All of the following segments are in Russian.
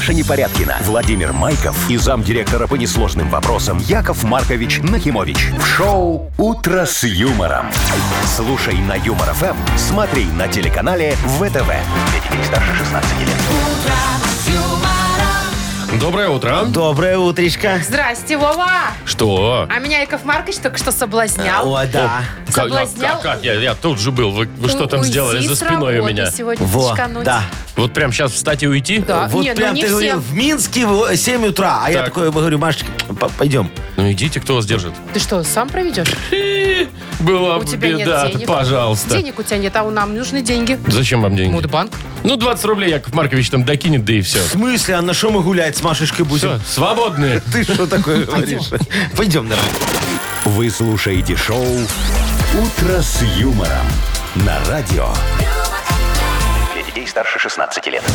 Маша Непорядкина, Владимир Майков и замдиректора по несложным вопросам Яков Маркович Нахимович. В шоу «Утро с юмором». Слушай на Юмор ФМ, смотри на телеканале ВТВ. Для детей старше 16 лет. Доброе утро. Доброе утречко. Здрасте, Вова. Что? А меня Яков Маркович только что соблазнял. О, да. Соблазнял. Как? Я тут же был. Вы что там сделали Уйти за с спиной у работы меня? сегодня Во, почкануть. да. Вот прям сейчас встать и уйти? Да. Вот Не, ну прям не ты все. говорил, в Минске в 7 утра. А я Так. такой говорю, Машечка, пойдем. Ну идите, кто вас держит. Ты что, сам проведешь? Была У тебя нет беда, денег. пожалуйста. Денег у тебя нет, а нам нужны деньги. Зачем вам деньги? Мудбанк. Ну, 20 рублей Яков Маркович там докинет, да и все. В смысле? А на что мы гулять с Машечкой будем? Все, свободные. Ты что такое говоришь? Пойдем, давай. Вы слушаете шоу «Утро с юмором» на радио. Для детей старше 16 лет.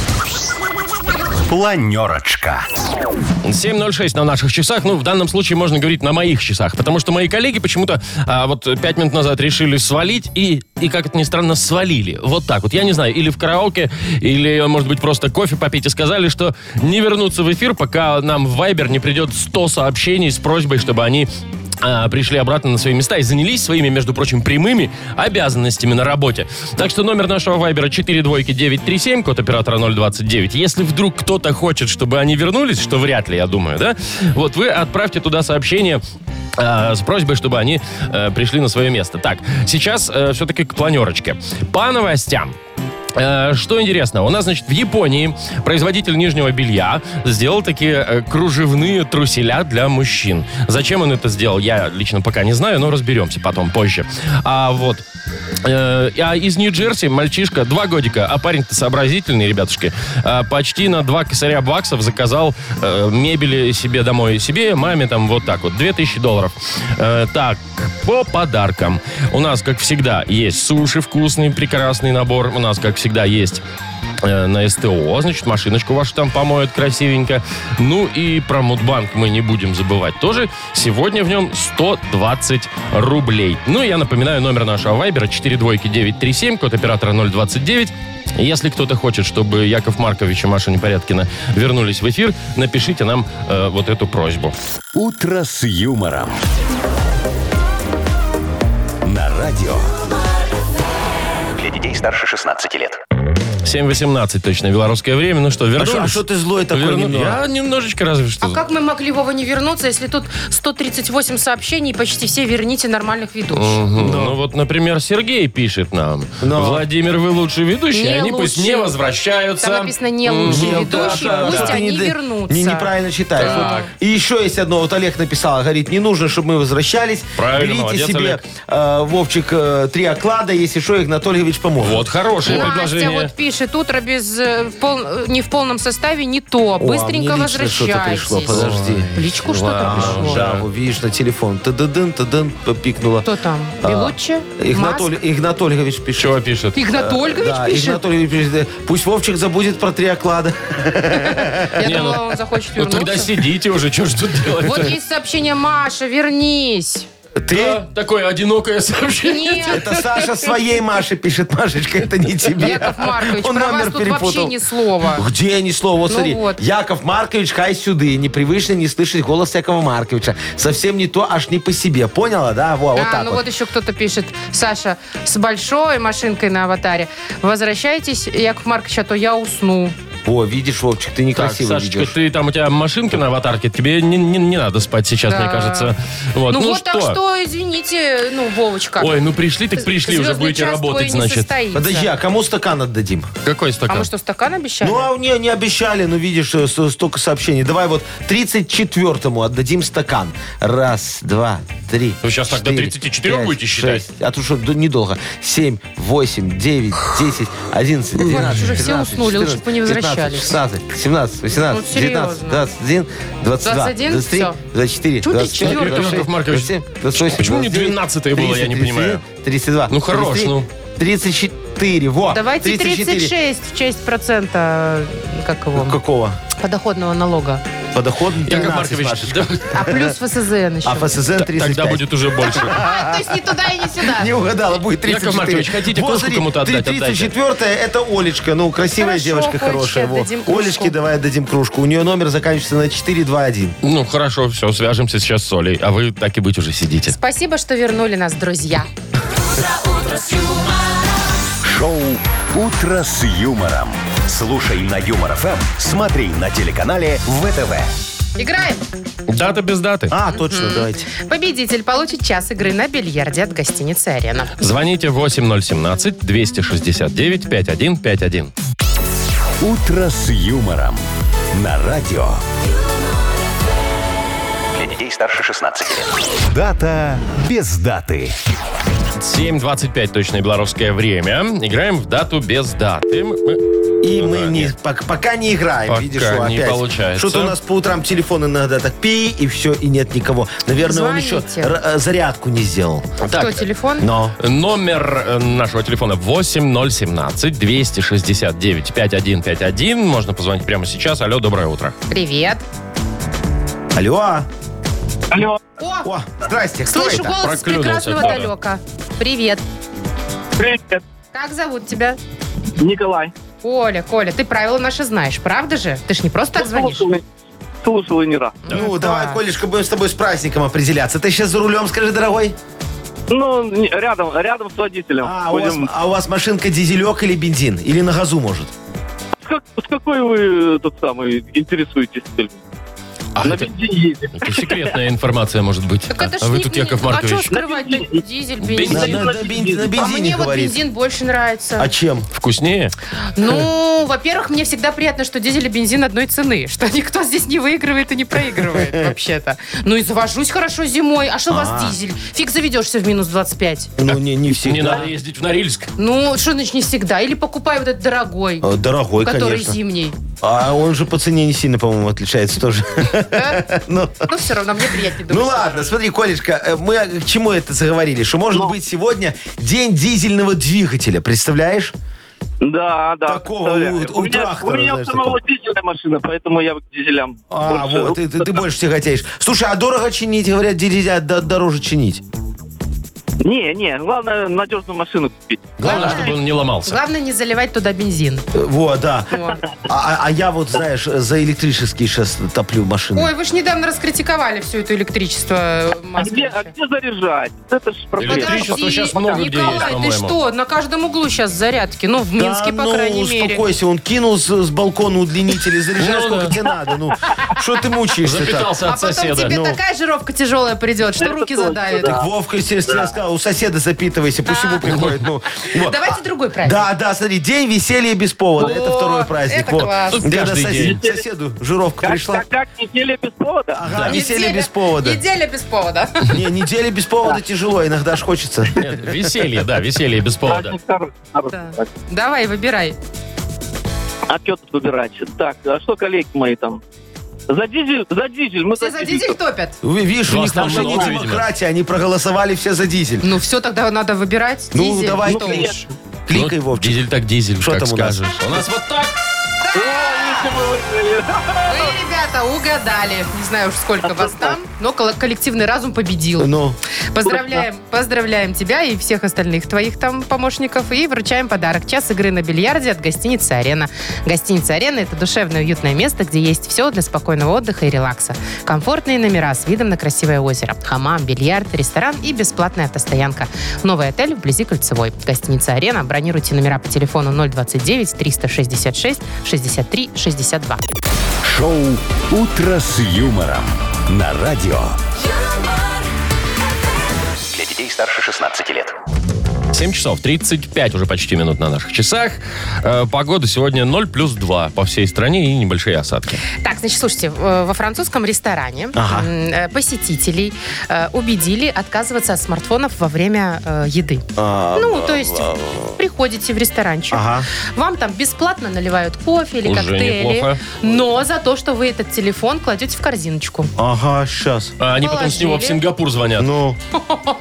Планерочка. 7:06 на наших часах. Ну, в данном случае можно говорить на моих часах. Потому что мои коллеги почему-то вот 5 минут назад решили свалить и, как это ни странно, свалили. Вот так вот. Я не знаю, или в караоке, или, может быть, просто кофе попить. И сказали, что не вернутся в эфир, пока нам в Viber не придет 100 сообщений с просьбой, чтобы они пришли обратно на свои места и занялись своими, между прочим, прямыми обязанностями на работе. Так что номер нашего вайбера 42937, код оператора 029. Если вдруг кто-то хочет, чтобы они вернулись, что вряд ли, я думаю, да? Вот вы отправьте туда сообщение с просьбой, чтобы они пришли на свое место. Так, сейчас все-таки к планерочке. По новостям. Что интересно, у нас, значит, в Японии производитель нижнего белья сделал такие кружевные труселя для мужчин. Зачем он это сделал, я лично пока не знаю, но разберемся потом, позже. Из Нью-Джерси мальчишка 2 годика, а парень-то сообразительный, ребятушки, почти на 2 косаря баксов заказал мебели себе домой, себе, маме, там, вот так вот, $2000. Так, по подаркам. У нас, как всегда, есть суши вкусный, прекрасный набор. У нас, как всегда, есть на СТО, значит, машиночку вашу там помоют красивенько. Ну и про Мудбанк мы не будем забывать тоже. Сегодня в нем 120 рублей. Ну и я напоминаю номер нашего вайбера 42937, код оператора 029. Если кто-то хочет, чтобы Яков Маркович и Маша Непорядкина вернулись в эфир, напишите нам вот эту просьбу. «Утро с юмором». На радио. Для детей старше 16 лет. 7:18 точно белорусское время. Ну что, вернулись? А что ты злой такой немного? Я немножечко разве что. А как мы могли, Вова, не вернуться, если тут 138 сообщений, и почти все верните нормальных ведущих? Ну вот, например, Сергей пишет нам. Владимир, вы лучший ведущий, Не они пусть лучший. не возвращаются. Там написано «не лучший ведущий», пусть Ты они не- вернутся. неправильно читаешь. Так. Вот. И еще есть одно. Вот Олег написал, говорит, не нужно, чтобы мы возвращались. Правильно, Берите молодец, себе, Олег. Вовчик, 3 оклада, если что, Игнат Ольгович поможет. Вот, хорошее Настя предложение. вот пишет, утро не в полном составе, не то. Быстренько а мне лично что-то возвращайтесь. пришло, подожди. В личку что-то пришло. Да, вот видишь, на телефон. Тададын, пикнуло. Кто там? Белуччи? Игнат Ольгович пишет. Чего пишет? Игнат Ольгович Да, пишет? Игнат Ольгович пишет. Пусть Вовчик забудет про 3 оклада. Я Не, думала, ну, он захочет Ну вернуться. тогда сидите уже, что ж тут делать? Вот есть сообщение: Маша, вернись. Ты? Да, такое одинокое сообщение. Нет, Это Саша своей Маше пишет. Машечка, это не тебе. Яков Маркович, Он про вас номер тут перепутал. вообще ни слова. Где ни слова? Вот Ну смотри. вот. Яков Маркович, хай сюды. Непривычно не слышать голос Якова Марковича. Совсем не то, аж не по себе. Поняла, да? Во, вот так ну вот. вот еще кто-то пишет: Саша, с большой машинкой на аватаре. Возвращайтесь, Яков Маркович, а то я усну. О, видишь, Вовчик, ты Так, некрасиво Сашечка, ведешь. у тебя машинка на аватарке, тебе не надо спать сейчас, Да. мне кажется. Вот. Ну вот что? так что, извините, Вовочка. Ой, ну пришли, так пришли, уже Звездный будете час твой работать, не значит. состоится. Подожди, а кому стакан отдадим? Какой А стакан? мы что, стакан обещали? Ну, а не обещали, ну, видишь, столько сообщений. Давай вот 34-му отдадим стакан. 1, 2, 3. Вы сейчас так до 34 будете считать? 6, а то что, недолго. 7, 8, 9, 10, 11, 12, уже все 13, уснули, лучше 14, бы не 15, возвращались. 16, 17, 18, Ну, 19, серьезно. 21, 22, 21? 23, Всё. 24, Чего ты 25, четвёртый? 26, Яков Маркович, 27, 28, почему не 29, 12-е было, я не 30, понимаю. 32. Ну, хорош, 33, ну. 34, во. Давайте 34. 36 в честь процента, как его, Какого? подоходного налога. Подоходный Яков 13, Маркович, Машечка. да, А плюс ФСЗН еще. А ФСЗН 35. тогда будет уже больше. То есть не туда и не сюда. Не угадала, будет 34. Яков Маркович, хотите Вот, кружку смотри, кому-то отдать, 34-я это Олечка. Ну, красивая Хорошо, девочка, Олечке хорошая. Во. отдадим кружку. Олечке давай отдадим кружку. У нее номер заканчивается на 421. Ну, хорошо, все, свяжемся сейчас с Олей. А вы так и быть уже сидите. Спасибо, что вернули нас, друзья. Шоу «Утро с юмором». Слушай на Юмор ФМ, смотри на телеканале ВТВ. Играем. Дата без даты. А, точно, давайте. Победитель получит час игры на бильярде от гостиницы «Арена». Звоните 8017-269-5151. «Утро с юмором» на радио. Для детей старше 16 лет. Дата без даты. 7:25 точное белорусское время. Играем в дату без даты. И мы пока не играем, Пока видишь, что не опять. получается. Что-то у нас по утрам телефон иногда так и все, и нет никого. Наверное, он еще Звоните. зарядку не сделал. Кто, Так, телефон? Но. номер нашего телефона 8017-269-5151. Можно позвонить прямо сейчас. Алло, доброе утро. Привет. Алло. Алло, О, О, здрасте, кто слышу это? голос с Проклюнулся, прекрасного да. далека. Привет. привет, Как зовут тебя? Николай. Коля, ты правила наши знаешь, правда же? Ты ж не просто так звонишь. Слушал и не раз. Ну, Да. давай, Колешка, будем с тобой с праздником определяться. Ты сейчас за рулем, скажи, дорогой? Ну, рядом с водителем. А Будем- у вас машинка дизелек или бензин? Или на газу, может? С какой вы тот самый интересуетесь? А, На это, бензине ездим. это секретная информация, может быть. Так это ж А вы не- тут, не- Яков А что Маркович, скрывать-то? Дизель, На, бензин. на на бензине А мне вот говорит. бензин больше нравится. А чем? вкуснее? Ну, во-первых, мне всегда приятно, что дизель и бензин одной цены. Что никто здесь не выигрывает и не проигрывает вообще-то. Ну и завожусь хорошо зимой. А что у вас дизель? Фиг заведешься в минус 25. Ну, не всегда. Не надо ездить в Норильск. Ну, что значит не всегда? Или покупай вот этот дорогой, Дорогой, который конечно. зимний. А он же по цене не сильно, по-моему, отличается тоже. Ну, Ну, все равно, мне приятнее ну думать. ладно, смотри, Колечка, мы к чему это заговорили? Что может быть сегодня день дизельного двигателя, представляешь? Да. Такого представляю. у трактора, У меня знаешь, самого такого. дизельная машина, поэтому я к дизелям. А, больше- вот, ты больше тяготеешь. Слушай, а дорого чинить? Говорят, дизеля дороже чинить. Не, главное надежную машину купить. Главное, чтобы он не ломался. Главное не заливать туда бензин. Вот, да. Вот. А я вот, знаешь, за электрический сейчас топлю машину. Ой, вы ж недавно раскритиковали все это электричество. А Москвича. где заряжать? Это ж проблема. Электричество Подожди, сейчас много где есть, Николай, ты по-моему. что? На каждом углу сейчас зарядки. Ну, в Минске, по крайней мере. успокойся, он кинул с балкона удлинитель и заряжай Ну, сколько да. тебе надо. Ну, что ты мучаешься-то? Запитался А от потом соседа. тебе Ну. такая жировка тяжелая придет, что Это руки точно, задавит. да. Так Вовка, естественно, сказал, у соседа запитывайся, пусть ему приходит. Ну, вот. Давайте другой праздник. Да, смотри, день веселья без повода. Это О, второй праздник. это Вот. класс. Тут Когда каждый день. соседу жировка пришла. Как неделя без повода? Ага, веселье без повода. Неделя без повода. Не, неделя без повода тяжело, иногда аж хочется. Нет, веселье, да, веселье без повода. Праздник хороший. Да. Давай, выбирай. А что тут выбирать? Так, а что коллеги мои там? За дизель мы Все за дизель топят. Видишь, у Вас них в там машине много, видимо. демократия, они проголосовали все за дизель. Ну все, тогда надо выбирать. Ну, Дизель. давай, Что клик. уж. Кликай, Ну, Вовчик. Дизель так дизель, Что как там у нас? скажешь. У нас вот так. Вы, ребята, угадали. Не знаю уж сколько вас там, но коллективный разум победил. Ну, Поздравляем тебя и всех остальных твоих там помощников и вручаем подарок. Час игры на бильярде от гостиницы «Арена». Гостиница «Арена» — это душевное уютное место, где есть все для спокойного отдыха и релакса. Комфортные номера с видом на красивое озеро, хамам, бильярд, ресторан и бесплатная автостоянка. Новый отель вблизи Кольцевой. Гостиница «Арена». Бронируйте номера по телефону 029 366 63 62. Шоу «Утро с юмором» на радио. Для детей старше 16 лет. 7 часов 35 уже почти минут на наших часах. Погода сегодня 0 плюс 2 по всей стране и небольшие осадки. Так, значит, слушайте, во французском ресторане посетителей убедили отказываться от смартфонов во время еды. Ну, то есть приходите в ресторанчик, Ага. вам там бесплатно наливают кофе или Уже коктейли, неплохо. но за то, что вы этот телефон кладете в корзиночку. Ага, сейчас. А они потом с него в Положили. Сингапур звонят. Ну, Ой,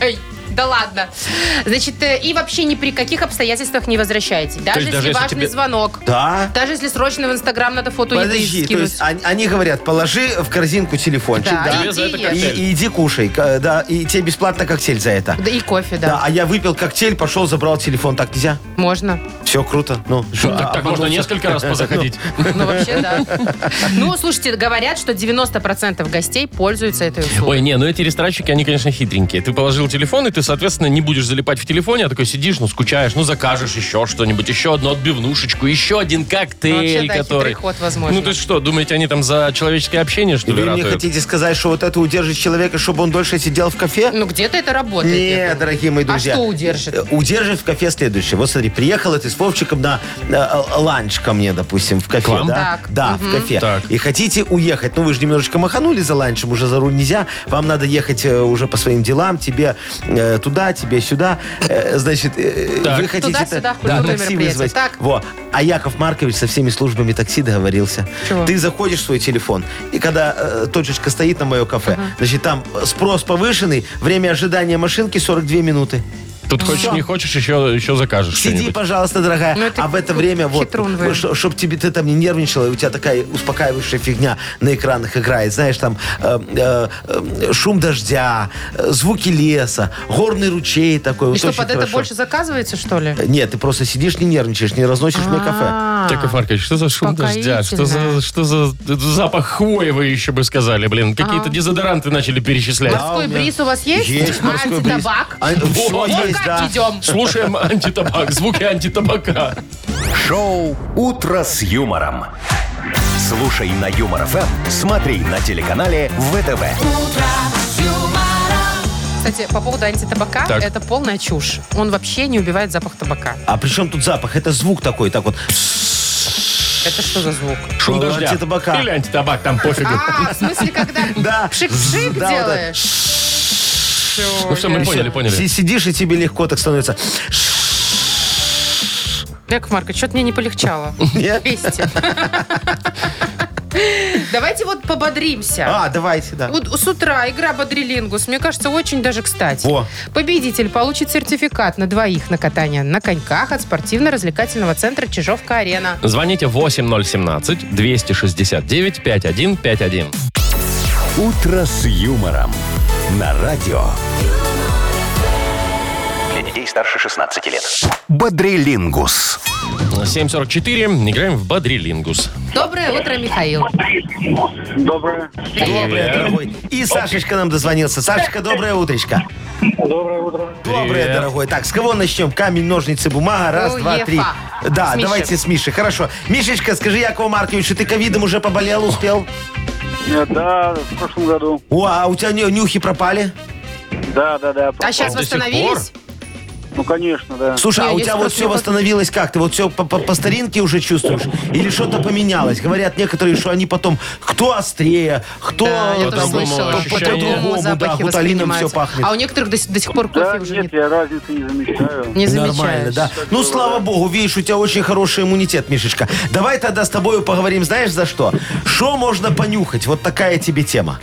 Да ладно. Значит, и вообще ни при каких обстоятельствах не возвращаете. Даже есть если даже если важный тебе- звонок. Да. Даже если срочно в Инстаграм надо фото еды Подожди, то скинуть. есть они говорят, положи в корзинку телефончик, Да, да, Тебе за это иди коктейль. ешь. и иди кушай, да, и тебе бесплатно коктейль за это. Да, и кофе, Да, да. а я выпил коктейль, пошел, забрал телефон. Так нельзя? Можно. Все круто. Ну, Так можно несколько раз позаходить. Ну, вообще, да. Ну, слушайте, говорят, что 90% гостей пользуются этой услугой. Ой, не, ну эти ресторанчики, они, конечно, хитренькие. Ты положил телефон, и ты, соответственно, не будешь залипать в телефоне, а такой сидишь, ну, скучаешь, ну, закажешь еще что-нибудь, еще одну отбивнушечку, еще один коктейль, Вообще, да, который... хитрый ход возможно. Ну, то есть что, думаете, они там за человеческое общение, что И ли, вы мне ратуют? хотите сказать, что вот это удержит человека, чтобы он дольше сидел в кафе? Ну, где-то это работает. Нет, Яков. дорогие мои друзья. А что удержит? Удержит в кафе следующее. Вот смотри, приехала ты с Вовчиком на ланч ко мне, допустим, в кафе, вам? да? Так. Да, в кафе. Так. И хотите уехать. Ну, вы же немножечко маханули за ланчем, уже за руль нельзя. Вам надо ехать уже по своим делам, тебе туда, тебе сюда. Значит, Так. вы хотите Туда-сюда, культурное такси мероприятие. вызвать. Так. Во. А Яков Маркович со всеми службами такси договорился. Чего? Ты заходишь в свой телефон, и когда точечка стоит на мое кафе, значит, там спрос повышенный, время ожидания машинки 42 минуты. Тут хочешь, не хочешь, еще закажешь Сиди, что-нибудь. пожалуйста, дорогая. Ну, это А в это время, вот, хитрун вы. чтобы тебе ты там не нервничала, и у тебя такая успокаивающая фигня на экранах играет. Знаешь, там шум дождя, звуки леса, горный ручей такой. И Вот что, очень под это хорошо. больше заказывается, что ли? Нет, ты просто сидишь, не нервничаешь, не разносишь мне кафе. А, Яков Маркович, что за шум дождя? Что за запах хвои, вы еще бы сказали, блин? Какие-то дезодоранты начали перечислять. Морской бриз у вас есть? Есть морской бриз. Антитабак? Все Вот есть, как да. идем. Слушаем антитабак, звуки антитабака. Шоу «Утро с юмором». Слушай на Юмор ФМ, смотри на телеканале ВТВ. Кстати, по поводу антитабака, Так. это полная чушь. Он вообще не убивает запах табака. А при чем тут запах? Это звук такой, так вот. Это что за звук? Шум Ну, дождя. антитабака. Или антитабак, там пофигу. А, в смысле, когда Да. пшик-пшик Да, вот это. делаешь? Ну все, мы поняли. Сидишь, и тебе легко так становится. Яков Маркович, что-то мне не полегчало. Нет? Вести. Давайте вот пободримся. А, давайте, да. Вот с утра игра «Бодрилингус», мне кажется, очень даже кстати. Во. Победитель получит сертификат на двоих на катание на коньках от спортивно-развлекательного центра «Чижовка-арена». Звоните 8017-269-5151. «Утро с юмором» на радио. Для детей старше 16 лет. Бодрилингус. 7:44. Играем в Бодрилингус. Доброе утро, Михаил. Доброе. Доброе, дорогой. И Сашечка нам дозвонился. Сашечка, доброе утречко. Доброе утро. Доброе, Привет. дорогой. Так, с кого начнем? Камень, ножницы, бумага. Раз, Ну, два, Ефа. три. Да, С Мишей. давайте с Мишей. Хорошо. Мишечка, скажи Якову Марковичу, ты ковидом уже поболел, успел? Да, в прошлом году. О, а у тебя нюхи пропали? Да. А сейчас До сих восстановились? Ну, конечно, да. Слушай, Не, а у есть тебя вот просто все нюх- восстановилось как? Ты вот все по старинке уже чувствуешь? Или что-то поменялось? Говорят некоторые, что они потом, кто острее, кто Да, я там, тоже слышала. ощущение. по-другому, да, Запахи гуталином все воспринимаются. пахнет. А у некоторых до сих пор кофе Да, уже нет, не я разницы не замечаю. Нормально, замечаешь. да. Ну, слава богу, видишь, у тебя очень хороший иммунитет, Мишечка. Давай тогда с тобой поговорим, знаешь, за что? Что можно понюхать? Вот такая тебе тема.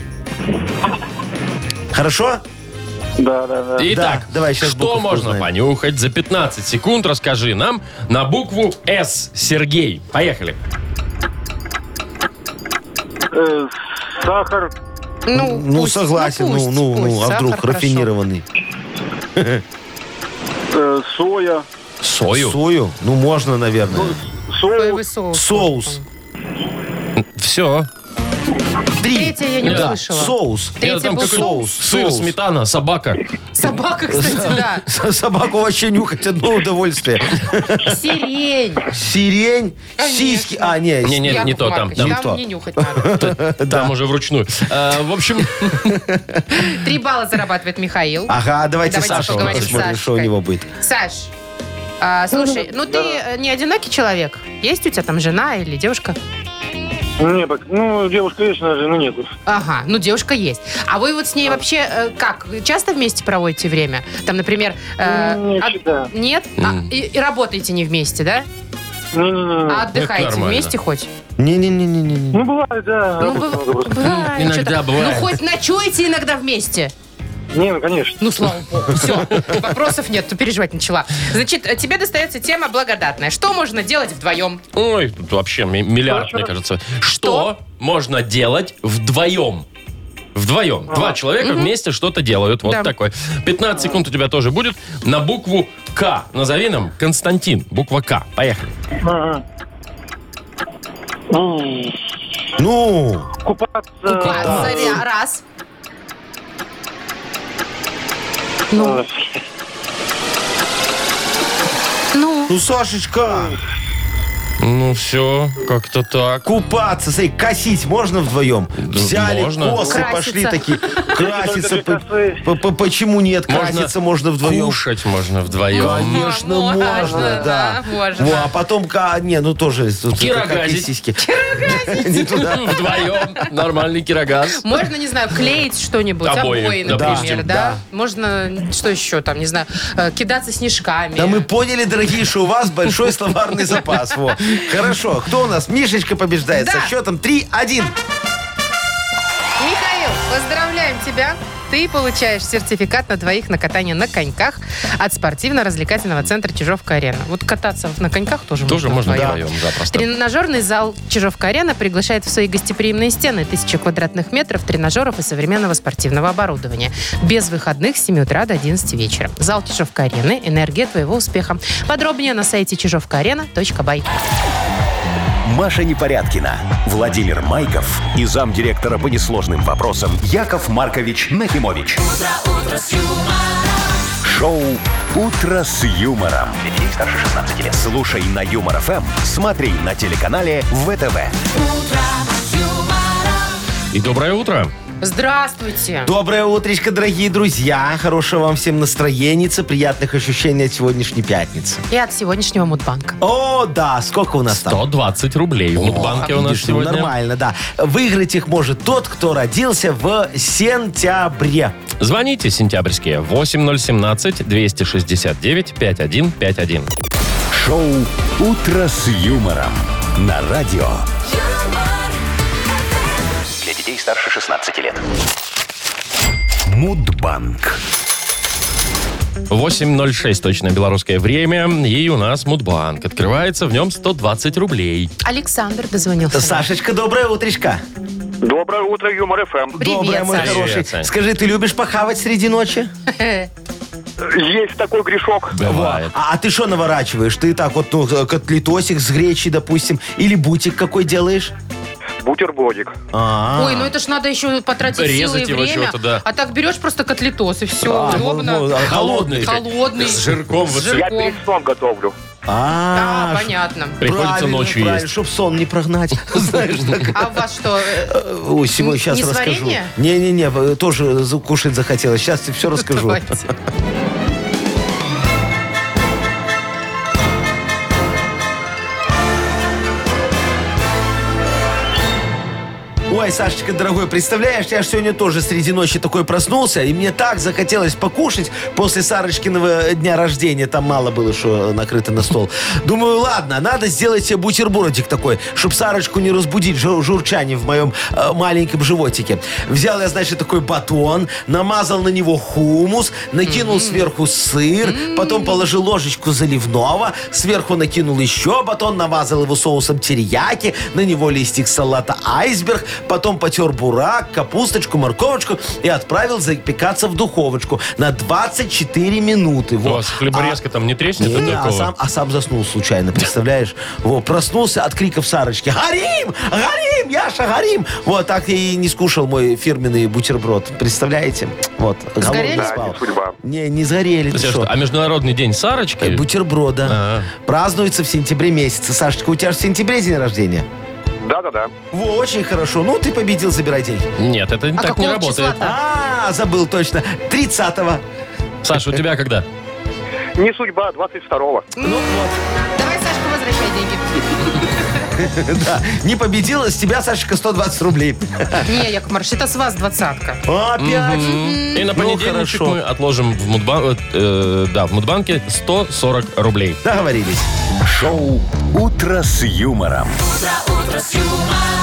Хорошо? Да. Итак, давай щас что буковку можно узнаем. понюхать за 15 секунд? Расскажи нам на букву «С». Сергей. Поехали. Сахар, Ну, пусть, согласен. пусть, Ну, а сахар вдруг хорошо. рафинированный? соя, Сою. Сою? Ну, можно, наверное. Соевый соус. Соус. Все. Три. Третье я не Да. услышала. Соус. Третье Там был какой-то соус. сыр, сметана, собака. Собака, кстати, да. Собаку вообще нюхать одно удовольствие. Сирень. Сирень, сиськи. А, не. Не, Яков не то там. Маркович, Не то. Там не нюхать надо. Там уже вручную. В общем, 3 балла зарабатывает Михаил. Ага, давайте Давайте Сашу поговорим с посмотрим, что у Сашкой. него будет. Саш, слушай, ну ты не одинокий человек? Есть у тебя там жена или девушка? Нет, ну, девушка есть, но жены нету. Ага, ну девушка есть. А вы вот с ней вообще как? Часто вместе проводите время? Там, например... Не всегда. Нет? И работаете не вместе, да? Не-не-не. А отдыхаете нормально. вместе хоть? Не-не-не-не. Ну, бывает, да. Ну, Работа много просто. бывает. Иногда что-то. бывает. Ну, хоть ночуете иногда вместе. Не, ну, конечно. Ну, слава богу, все, вопросов нет, то переживать начала. Значит, тебе достается тема благодатная. Что можно делать вдвоем? Ой, тут вообще миллиард, мне кажется. Что можно делать вдвоем? Вдвоем. Два человека вместе что-то делают. Вот Да. такой. 15 секунд у тебя тоже будет. На букву К. Назови нам Константин. Буква К. Поехали. Ну, Купаться. Раз. Ну. ну, Сашечка, Ну все, как-то так. купаться, смотри, косить можно вдвоем? Взяли можно. косы, Краситься. пошли такие, краситься. Только для косы. Почему нет? Краситься можно вдвоем. Кушать можно вдвоем. Конечно, Можно, можно, да. можно. Во, а потом, не, ну тоже. тут Кирогазить. как и сиськи. Не туда. Вдвоем. Нормальный кирогаз. Можно, не знаю, клеить что-нибудь, Обои, например, допустим, да? Можно, что еще там, не знаю, кидаться снежками. Да мы поняли, дорогие, что у вас большой словарный запас. Во. Хорошо, кто у нас? Мишечка побеждает со Да. счетом 3-1. Михаил, поздравляем тебя. Ты получаешь сертификат на двоих на катание на коньках от спортивно-развлекательного центра Чижовка-Арена. Вот кататься на коньках тоже Можно вдвоем. вдвоем, запросто. Тренажерный зал Чижовка-Арена приглашает в свои гостеприимные стены 1000 квадратных метров тренажеров и современного спортивного оборудования. Без выходных с 7 утра до 11 вечера. Зал Чижовка-Арены. Энергия твоего успеха. Подробнее на сайте чижовкаарена.бай. Маша Непорядкина, Владимир Майков и замдиректора по несложным вопросам Яков Маркович Нахимович. Шоу «Утро с юмором». Для детей старше 16 лет. Слушай на Юмор ФМ, смотри на телеканале ВТВ. И доброе утро. Здравствуйте. Доброе утречко, дорогие друзья. Хорошего вам всем настроения, приятных ощущений от сегодняшней пятницы. И от сегодняшнего Мудбанка. О, да, сколько у нас там? 120 рублей в Мудбанке у нас Видишь, ну, сегодня. нормально, да. Выиграть их может тот, кто родился в сентябре. Звоните сентябрьские 8017-269-5151. Шоу «Утро с юмором» на радио. Для детей старше 16 лет. Мудбанк. 8:06 точно белорусское время. И у нас Мудбанк. Открывается, в нем 120 рублей. Александр дозвонился. Сашечка, доброе утречко. Доброе утро, Юмор ФМ. Привет, Доброе, мой Саша. хороший. Привет, Сань. Скажи, ты любишь похавать среди ночи? Есть такой грешок. Бывает. А ты что наворачиваешь? Ты так вот, ну, котлетосик с гречей, допустим, или бутик какой делаешь? Бутербродик. А-а-а. Ой, ну это ж надо еще потратить силы и Резать его время. чего-то, да. А так берешь просто котлетос, и все, А, удобно. ну, холодный. Холодный. С жирком. Вот С Я жирком. перед сном готовлю. А, понятно. Приходится правильно, ночью правильно, есть. чтоб сон не прогнать. Знаешь, так. А у вас что? Ой, сегодня сейчас расскажу. Несварение? Не-не-не, тоже кушать захотелось. Сейчас тебе все расскажу. Давайте. Ой, Сашечка, дорогой, представляешь, я ж сегодня тоже среди ночи такой проснулся, и мне так захотелось покушать после Сарочкиного дня рождения. Там мало было, что накрыто на стол. Думаю, ладно, надо сделать себе бутербродик такой, чтобы Сарочку не разбудить журчание в моем маленьком животике. Взял я, значит, такой батон, намазал на него хумус, накинул сверху сыр, потом положил ложечку заливного, сверху накинул еще батон, намазал его соусом терияки, на него листик салата айсберг, потом потер бурак, капусточку, морковочку и отправил запекаться в духовочку на 24 минуты. У Во. вас хлеборезка там не треснет от Не, такого? а сам заснул случайно, представляешь? Вот, проснулся от криков Сарочки. Горим! Горим! Яша, горим! Вот, так и не скушал мой фирменный бутерброд. Представляете? Вот. Сгорели? голодный Да, спал. не судьба. Не сгорели. Ты Слушай, шо? а Международный день Сарочки? Бутерброда. А. Празднуется в сентябре месяце. Сашечка, у тебя же в сентябре день рождения? Да-да-да. Во, очень хорошо. Ну, ты победил, забирай деньги. Нет, это так не какого работает. числа-то? А, забыл точно. 30-го. Саша, у тебя когда? Не судьба, 22-го. Ну, вот. Давай, Сашка, возвращай деньги. Да. Не победила, с тебя, Сашечка, 120 рублей. Не, Яков Маркович, это с вас 20-ка. Опять. И на понедельничек хорошо. мы отложим в Мудбанке 140 рублей. Договорились. Шоу «Утро с юмором».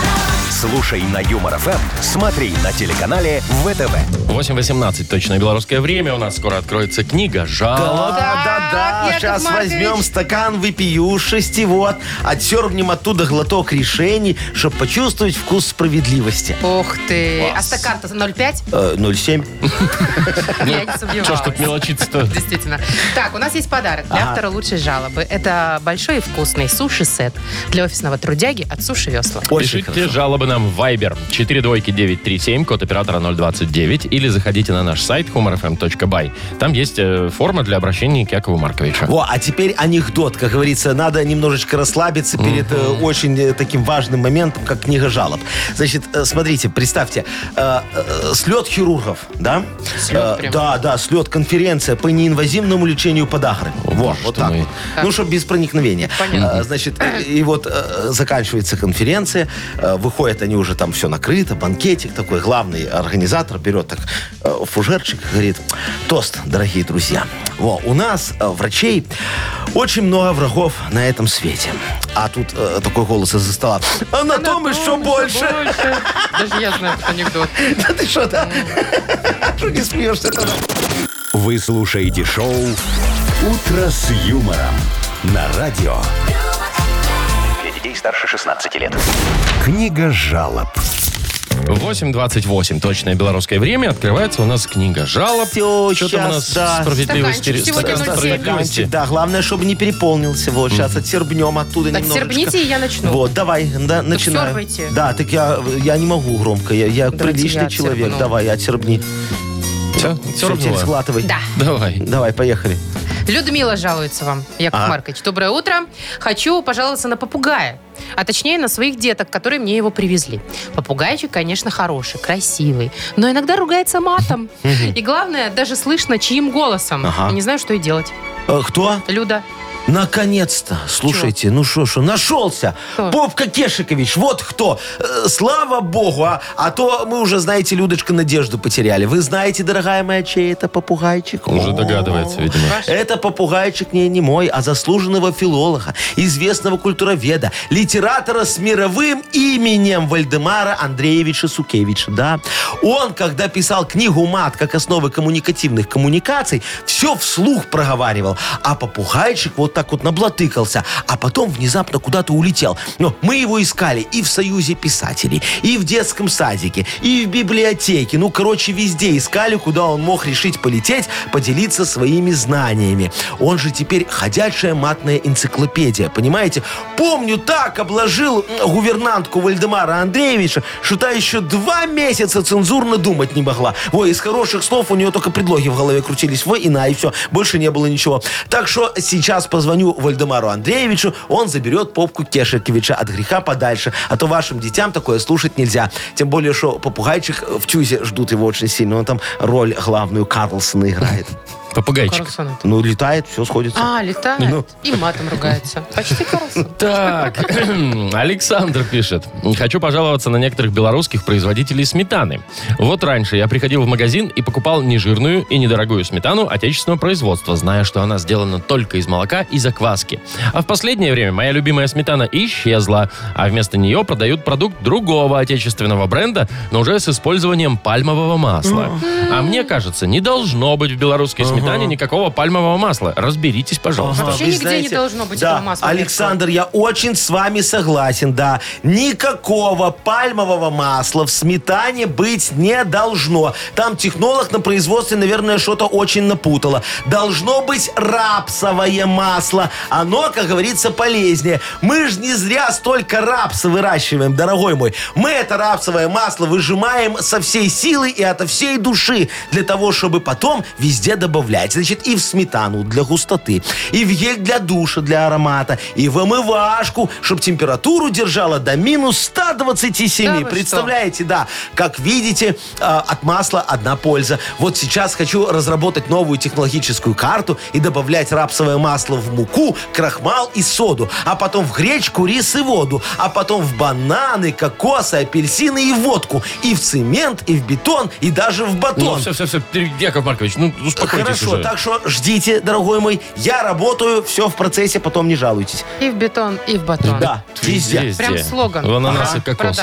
Слушай на Юмор ФМ, смотри на телеканале ВТВ. 8:18 точное белорусское время. У нас скоро откроется книга жалоб. Да. Яков Сейчас Маркович. возьмем стакан вопиюшести, вот, отсербнем оттуда глоток решений, чтобы почувствовать вкус справедливости. Ух ты. А стакан-то 0,5? 0,7. Я не сомневалась. Что ж тут мелочиться-то? Действительно. Так, у нас есть подарок для автора лучшей жалобы. Это большой и вкусный суши-сет для офисного трудяги от Суши Весла. Очень Пишите хорошо. жалобы нам в Viber 42937, код оператора 029, или заходите на наш сайт humorfm.by. Там есть форма для обращения к Якову Марковичу. Во, а теперь анекдот. Как говорится, надо немножечко расслабиться перед очень таким важным моментом, как книга жалоб. Значит, смотрите, представьте, слет хирургов, да? Слет прям? Да, слет, конференция по неинвазивному лечению подагры. Вот боже так мой. вот. Ну, чтобы без проникновения. Понятно. Значит, и вот заканчивается конференция, выходят они уже, там все накрыто, банкетик такой, главный организатор берет так фужерчик, говорит: тост, дорогие друзья. Во, у нас, врачей, очень много врагов на этом свете. А тут такой голос из-за стола: а на том еще больше. Даже я знаю этот анекдот. Да ты что, да? Что не смеешься тогда? Вы слушаете шоу «Утро с юмором» на радио. Для детей старше 16 лет. Книга жалоб. 8:28 точное белорусское время. Открывается у нас книга жалоб. Всё, Что там у нас щас, да. справедливости? Стаканчик сегодня Стакан на справедливости. Стаканчик, да, главное, чтобы не переполнился. Вот, сейчас отсербнем оттуда немножечко. Отсербните, и я начну. Вот, давай, да, начинаю. всербайте. Да, так я не могу громко, я Давайте приличный я человек. отсербну. Давай, отсербни. Все, Все, теперь схватывай. Да. Давай. Давай, поехали. Людмила жалуется вам, Яков Маркович. Доброе утро. Хочу пожаловаться на попугая. А точнее, на своих деток, которые мне его привезли. Попугайчик, конечно, хороший, красивый, но иногда ругается матом. И главное, даже слышно, чьим голосом. Ага. И не знаю, что и делать. Кто? Люда. Наконец-то. Слушайте, ну шо, нашелся. Кто? Попка Кешикович, вот кто. Слава богу, а то мы уже, знаете, Людочка, надежду потеряли. Вы знаете, дорогая моя, чей это попугайчик? Уже О, догадывается, видимо. Это попугайчик не мой, а заслуженного филолога, известного культуроведа, литератора с мировым именем Вальдемара Андреевича Сукевича, да. Он, когда писал книгу «Мат. Как основы коммуникативных коммуникаций», все вслух проговаривал, а попугайчик вот так вот наблатыкался, а потом внезапно куда-то улетел. Но мы его искали и в Союзе писателей, и в детском садике, и в библиотеке. Ну, короче, везде искали, куда он мог решить полететь, поделиться своими знаниями. Он же теперь ходячая матная энциклопедия, понимаете? Помню, так обложил гувернантку Вальдемара Андреевича, что та еще 2 месяца цензурно думать не могла. Ой, из хороших слов у нее только предлоги в голове крутились. Ой, и все, больше не было ничего. Так что сейчас позвоню Вальдемару Андреевичу, он заберет попку Кешиковича от греха подальше. А то вашим детям такое слушать нельзя. Тем более, что попугайчик в Тюзе ждут его очень сильно. Он там роль главную Карлсона играет. Попугайчик. Карлсон. Ну, летает, все сходится. А, летает. Ну. И матом ругается. Почти Карлсон. Так, Александр пишет. Хочу пожаловаться на некоторых белорусских производителей сметаны. Вот раньше я приходил в магазин и покупал нежирную и недорогую сметану отечественного производства, зная, что она сделана только из молока и закваски. А в последнее время моя любимая сметана исчезла, а вместо нее продают продукт другого отечественного бренда, но уже с использованием пальмового масла. А мне кажется, не должно быть в белорусской сметане никакого пальмового масла. Разберитесь, пожалуйста. Вообще Вы нигде знаете, не должно быть да, этого масла. Александр, я очень с вами согласен, да. Никакого пальмового масла в сметане быть не должно. Там технолог на производстве, наверное, что-то очень напутало. Должно быть рапсовое масло. Оно, как говорится, полезнее. Мы же не зря столько рапса выращиваем, дорогой мой. Мы это рапсовое масло выжимаем со всей силы и ото всей души для того, чтобы потом везде добавлять. Значит, и в сметану для густоты, и в гель для душа, для аромата, и в омывашку, чтобы температуру держала до минус 127. Да вы Представляете, да. Как видите, от масла одна польза. Вот сейчас хочу разработать новую технологическую карту и добавлять рапсовое масло в муку, крахмал и соду, а потом в гречку, рис и воду, а потом в бананы, кокосы, апельсины и водку, и в цемент, и в бетон, и даже в батон. Ну, все, Яков Маркович, ну успокойтесь Хорошо, уже. так что ждите, дорогой мой. Я работаю, все в процессе, потом не жалуйтесь. И в бетон, и в батон. Да, везде. Везде. Прям слоган. В ананасы, кокосы. Продаж.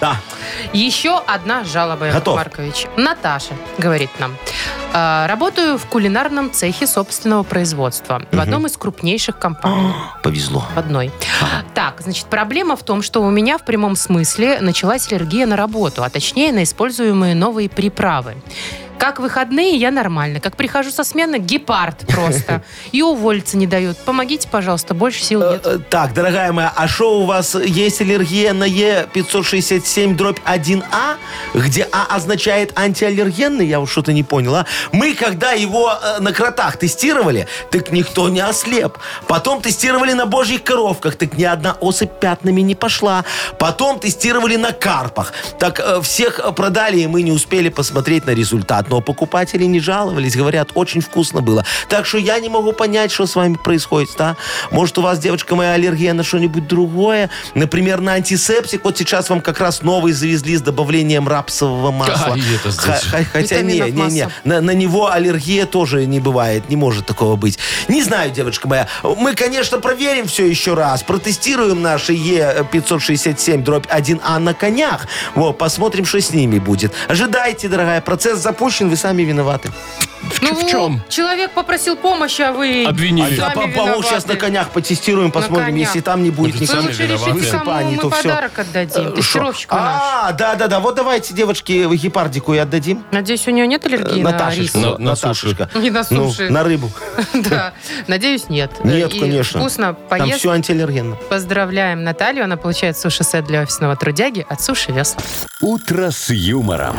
Да. Еще одна жалоба, Яков Готов. Маркович. Наташа говорит нам. Работаю в кулинарном цехе собственного производства в одном из крупнейших компаний. Повезло. В одной. Так, значит, проблема в том, что у меня в прямом смысле началась аллергия на работу, а точнее на используемые новые приправы. Как выходные, я нормально. Как прихожу со смены, гепард просто. И уволиться не дают. Помогите, пожалуйста, больше сил нет. Так, дорогая моя, а что у вас есть аллергия на Е567-1А, где А означает антиаллергенный? Я вот что-то не понял, а? Мы, когда его на кротах тестировали, так никто не ослеп. Потом тестировали на божьих коровках, так ни одна особь пятнами не пошла. Потом тестировали на карпах. Так всех продали, и мы не успели посмотреть на результат. Но покупатели не жаловались, говорят, очень вкусно было. Так что я не могу понять, что с вами происходит, да? Может, у вас, девочка моя, аллергия на что-нибудь другое? Например, на антисептик? Вот сейчас вам как раз новый завезли с добавлением рапсового масла. Хотя не. На него аллергия тоже не бывает, не может такого быть. Не знаю, девочка моя. Мы, конечно, проверим все еще раз. Протестируем наши Е567-1А на конях. Вот, посмотрим, что с ними будет. Ожидайте, дорогая. Процесс запущен, вы сами виноваты. В чем? Человек попросил помощи, а вы Обвинили. Да, сами по-моему, сейчас на конях потестируем, посмотрим. конях. Если там не будет Вы никаких сами виноваты. высыпаний, мы то все. подарок отдадим, тестировщику наш. Да. Вот давайте, девочки, гепардику и отдадим. Надеюсь, у нее нет аллергии на рис? Наташечка. На Наташечка. Не на суши. На рыбу. Да, надеюсь, нет. Нет, И конечно. вкусно Там поест. все антиаллергенно. Поздравляем Наталью. Она получает суши-сет для офисного трудяги от Суши Весла. «Утро с юмором».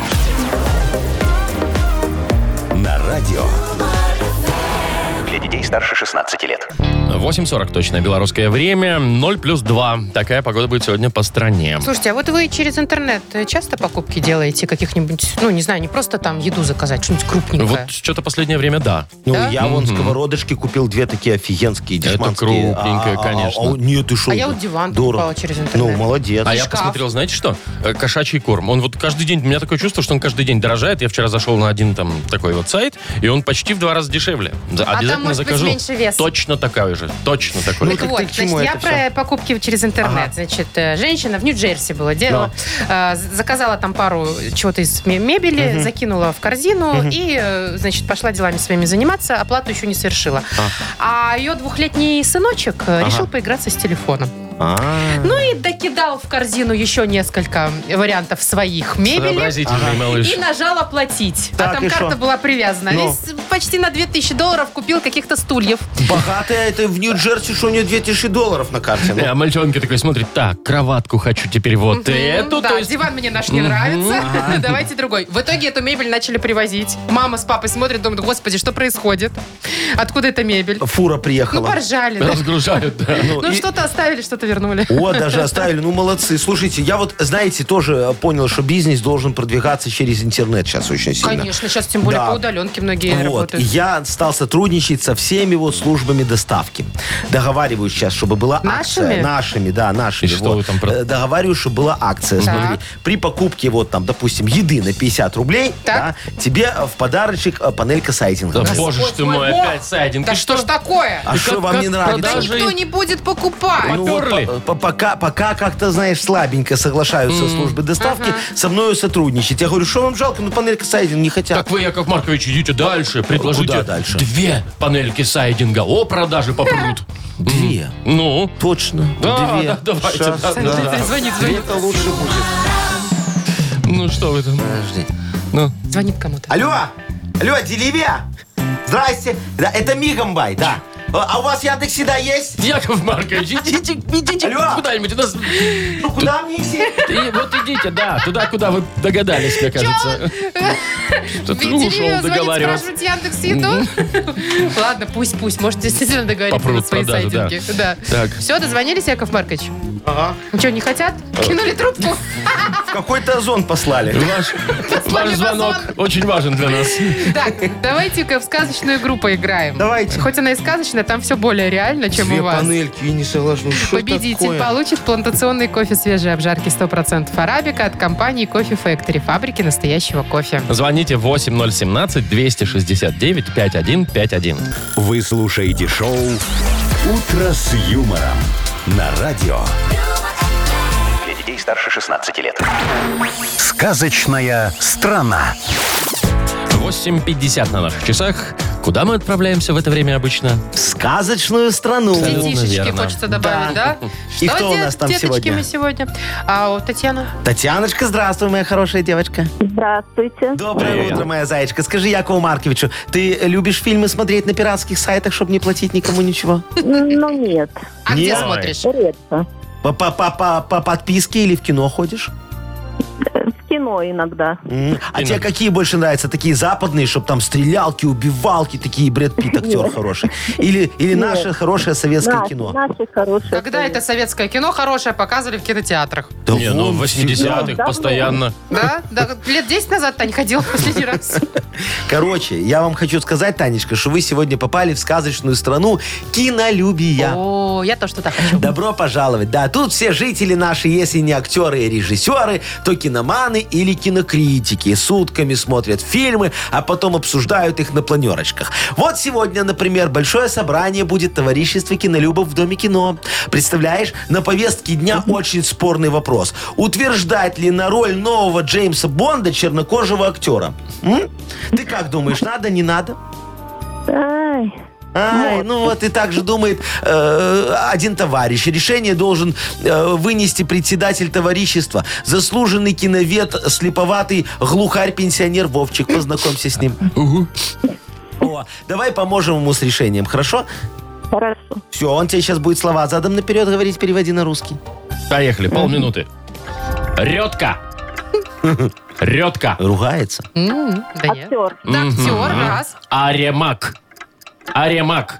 На радио. Для детей старше 16 лет. 8:40 точное белорусское время. 0+2. Такая погода будет сегодня по стране. Слушайте, а вот вы через интернет часто покупки делаете каких-нибудь, ну, не знаю, не просто там еду заказать, что-нибудь крупненькое? Вот что-то последнее время, да. Ну, Да? я вон сковородочки купил, две такие офигенские, дешманские. крупненькое, конечно. Нет, ты шо? А я вот диван Дорого. покупала через интернет. Ну, молодец. А я шкаф. посмотрел, знаете что? Кошачий корм. Он вот каждый день, у меня такое чувство, что он каждый день дорожает. Я вчера зашел на один там такой вот сайт, и он почти в 2 раза дешевле. Обязательно может быть, закажу. меньше веса. Точно такой же. Точно такой же. Так так вот, ты к чему значит, я это про покупки через интернет. Значит, женщина в Нью-Джерси было дело. Заказала там пару чего-то из мебели, закинула в корзину и, значит, пошла делами своими заниматься, оплату еще не совершила. А ее 2-летний сыночек решил поиграться с телефоном. Ну и докидал в корзину еще несколько вариантов своих мебели. Сообразительный малыш. И нажал оплатить. Так, а там и карта шо? была привязана. Ну. Весь почти на $2000 купил каких-то стульев. Богатая это в Нью-Джерси, что у нее $2000 на карте. Ну, А мальчонки такой смотрит, так, кроватку хочу теперь вот эту. Да, то есть диван мне наш не нравится. Давайте другой. В итоге эту мебель начали привозить. Мама с папой смотрят, думают, господи, что происходит? Откуда эта мебель? фура Ну, приехала. поржали. Да. разгружают, да. Ну, и- что-то оставили, что-то вернули. О, даже оставили. Ну, молодцы. Слушайте, я вот, знаете, тоже понял, что бизнес должен продвигаться через интернет сейчас очень сильно. Конечно, сейчас тем более Да. по удаленке многие Вот. работают. Я стал сотрудничать со всеми вот службами доставки. Договариваюсь сейчас, чтобы была Нашими? акция. Нашими, да, нашими. И что вы там Договариваюсь, чтобы была акция. Смотри, при покупке вот там, допустим, еды на 50 рублей, Так. да, тебе в подарочек панелька сайдинга. Да боже ж ты мой, Бог! опять сайдинг. Да Ты что ж такое? А что вам не нравится? Да продажи? никто не будет покупать. Ну, вот Поперли. пока как-то, знаешь, слабенько соглашаются службы доставки со мною сотрудничать. Я говорю, что вам жалко? Ну, панелька сайдинг не хотят. Так вы, Яков Маркович, идите дальше. Предложите Куда дальше? 2 панельки сайдинга. О, продажи попрут. Две. Ну, Точно. Да, Две. да, давайте, Щас, да, да. Звонит. Две-то лучше будет. ну что вы там? Подожди. Ну, Звонит кому-то. Алло, Деливия. Здрасте. Да, это Мигамбай, да. А у вас Яндекс.Еда есть? Яков Маркович, идите Алло. куда-нибудь. У нас... Ну, куда мне идти? И вот идите, да, туда, куда вы догадались, мне кажется. Что-то ушел Звонит договариваться. спрашивать Яндекс.Еду. Ладно, пусть. Может, действительно договориться Попрут на свои продажи, да. сайдинги. Да. Так. Все, дозвонились, Яков Маркович? Ага. Ничего, не хотят? Кинули трубку? В какой-то озон послали. Ваш звонок очень важен для нас. Так, давайте-ка в сказочную игру поиграем. Давайте. Хоть она и сказочная, там все более реально, чем Две у вас. панельки, я не соглашусь. Ну, что Победитель такое? получит плантационный кофе свежей обжарки 100% арабика от компании Coffee Factory, фабрики настоящего кофе. Звоните 8017-269-5151. Вы слушаете шоу «Утро с юмором» на радио. Для детей детей старше 16 лет. Сказочная страна. 8:50 на наших часах. Куда мы отправляемся в это время обычно? В сказочную страну. Детишечки верно. хочется добавить, да? И Что, кто у нас там деточки сегодня? мы сегодня? А Татьяна? Татьяночка, здравствуй, моя хорошая девочка. Здравствуйте. Доброе Привет. утро, моя зайчка. Скажи Якову Марковичу, ты любишь фильмы смотреть на пиратских сайтах, чтобы не платить никому ничего? Ну, нет, А где Нет. смотришь? редко. По подписке или в кино ходишь? В кино иногда. А Кино. тебе какие больше нравятся? Такие западные, чтобы там стрелялки, убивалки, такие Брэд Питт актер хороший? Или наше хорошее советское кино? Наши хорошие. Когда это советское кино хорошее показывали в кинотеатрах? Да Не, ну вон, в 80-х всегда. постоянно. Да? Да, лет 10 назад Тань ходила в последний раз. Короче, я вам хочу сказать, Танечка, что вы сегодня попали в сказочную страну кинолюбия. О, я тоже туда хочу. Добро пожаловать. Да, тут все жители наши, если не актеры и режиссеры, то киноманы или кинокритики. Сутками смотрят фильмы, а потом обсуждают их на планерочках. Вот сегодня, например, большое собрание будет товарищества кинолюбов в Доме кино. Представляешь, на повестке дня очень спорный вопрос. Утверждать ли на роль нового Джеймса Бонда чернокожего актера? Ты как думаешь, надо, не надо? Ай, Ну вот и так же думает один товарищ. Решение должен вынести председатель товарищества, заслуженный киновед, слеповатый глухарь-пенсионер Вовчик. Познакомься с ним. О, давай поможем ему с решением, хорошо? хорошо. Все, он тебе сейчас будет слова задом наперед говорить, переводи на русский. Поехали, полминуты. Редка. Редка. Ругается. Да нет. Актер. Да, актер, раз. Аремак. Аремак.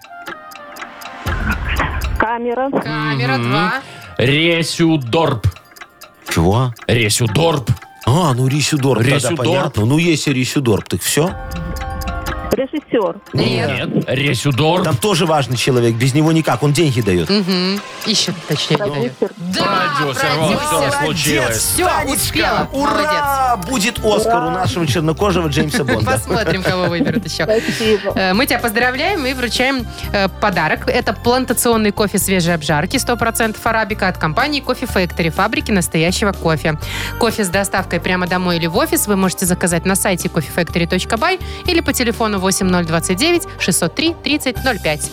Камера. Камера, два. Ресюдорп. Чего? Ресюдорп. Ну Рисюдорп, тогда Рисюдорп. понятно. Ну, если Рисюдорп, так все. Режиссер. Нет. Нет. Ресюдорп. Там тоже важный человек, без него никак, он деньги дает. Ищет, точнее, не дает. Продюсер. Да, Продюсер, вот что случилось. Все, успела. Молодец. Ура! Будет Оскар у нашего чернокожего Джеймса Бонда. Посмотрим, кого выберут еще. Спасибо. Мы тебя поздравляем и вручаем подарок. Это плантационный кофе свежей обжарки 100% арабика от компании Coffee Factory, фабрики настоящего кофе. Кофе с доставкой прямо домой или в офис вы можете заказать на сайте coffeefactory.by или по телефону 8029 603 3005.